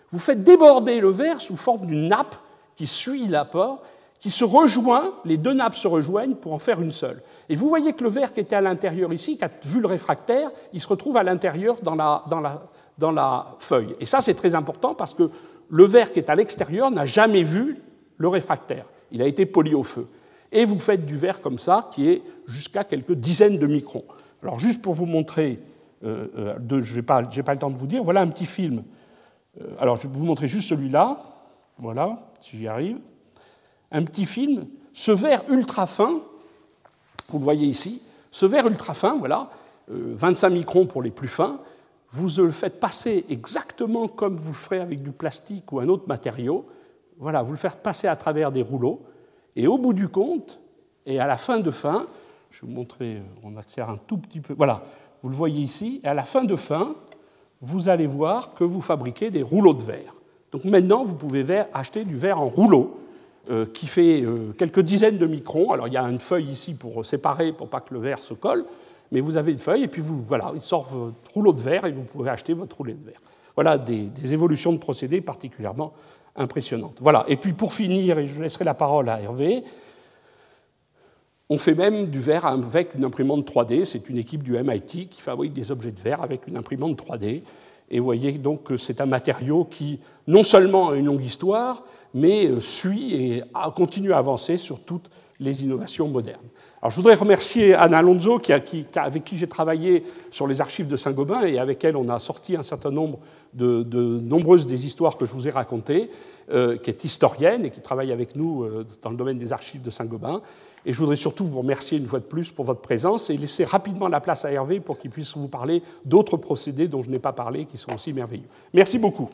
Speaker 2: vous faites déborder le verre sous forme d'une nappe qui suit l'apport, qui se rejoint, les deux nappes se rejoignent pour en faire une seule. Et vous voyez que le verre qui était à l'intérieur ici, qui a vu le réfractaire, il se retrouve à l'intérieur dans la feuille. Et ça, c'est très important parce que le verre qui est à l'extérieur n'a jamais vu le réfractaire. Il a été poli au feu. Et vous faites du verre comme ça, qui est jusqu'à quelques dizaines de microns. Alors, juste pour vous montrer, je n'ai pas le temps de vous dire, voilà un petit film. Alors, je vais vous montrer juste celui-là. Voilà, si j'y arrive. Un petit film. Ce verre ultra fin, vous le voyez ici, ce verre ultra fin, voilà, 25 microns pour les plus fins, vous le faites passer exactement comme vous le ferez avec du plastique ou un autre matériau. Voilà, vous le faites passer à travers des rouleaux, et au bout du compte, et à la fin de fin, je vais vous montrer, on accélère un tout petit peu, voilà, vous le voyez ici, et à la fin de fin, vous allez voir que vous fabriquez des rouleaux de verre. Donc maintenant, vous pouvez acheter du verre en rouleau, qui fait quelques dizaines de microns. Alors il y a une feuille ici pour séparer, pour pas que le verre se colle, mais vous avez une feuille, et puis voilà, il sort votre rouleau de verre, et vous pouvez acheter votre rouleau de verre. Voilà des évolutions de procédés particulièrement impressionnantes. Voilà. Et puis pour finir, et je laisserai la parole à Hervé, on fait même du verre avec une imprimante 3D. C'est une équipe du MIT qui fabrique des objets de verre avec une imprimante 3D. Et vous voyez donc que c'est un matériau qui, non seulement a une longue histoire, mais suit et continue à avancer sur toutes les innovations modernes. Alors, je voudrais remercier Anna Alonso, avec qui j'ai travaillé sur les archives de Saint-Gobain et avec elle, on a sorti un certain nombre de nombreuses des histoires que je vous ai racontées, qui est historienne et qui travaille avec nous dans le domaine des archives de Saint-Gobain. Et je voudrais surtout vous remercier une fois de plus pour votre présence et laisser rapidement la place à Hervé pour qu'il puisse vous parler d'autres procédés dont je n'ai pas parlé, qui sont aussi merveilleux. Merci beaucoup.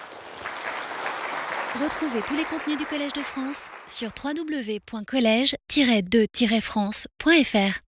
Speaker 1: Retrouvez tous les contenus du Collège de France sur www.collège-2-france.fr.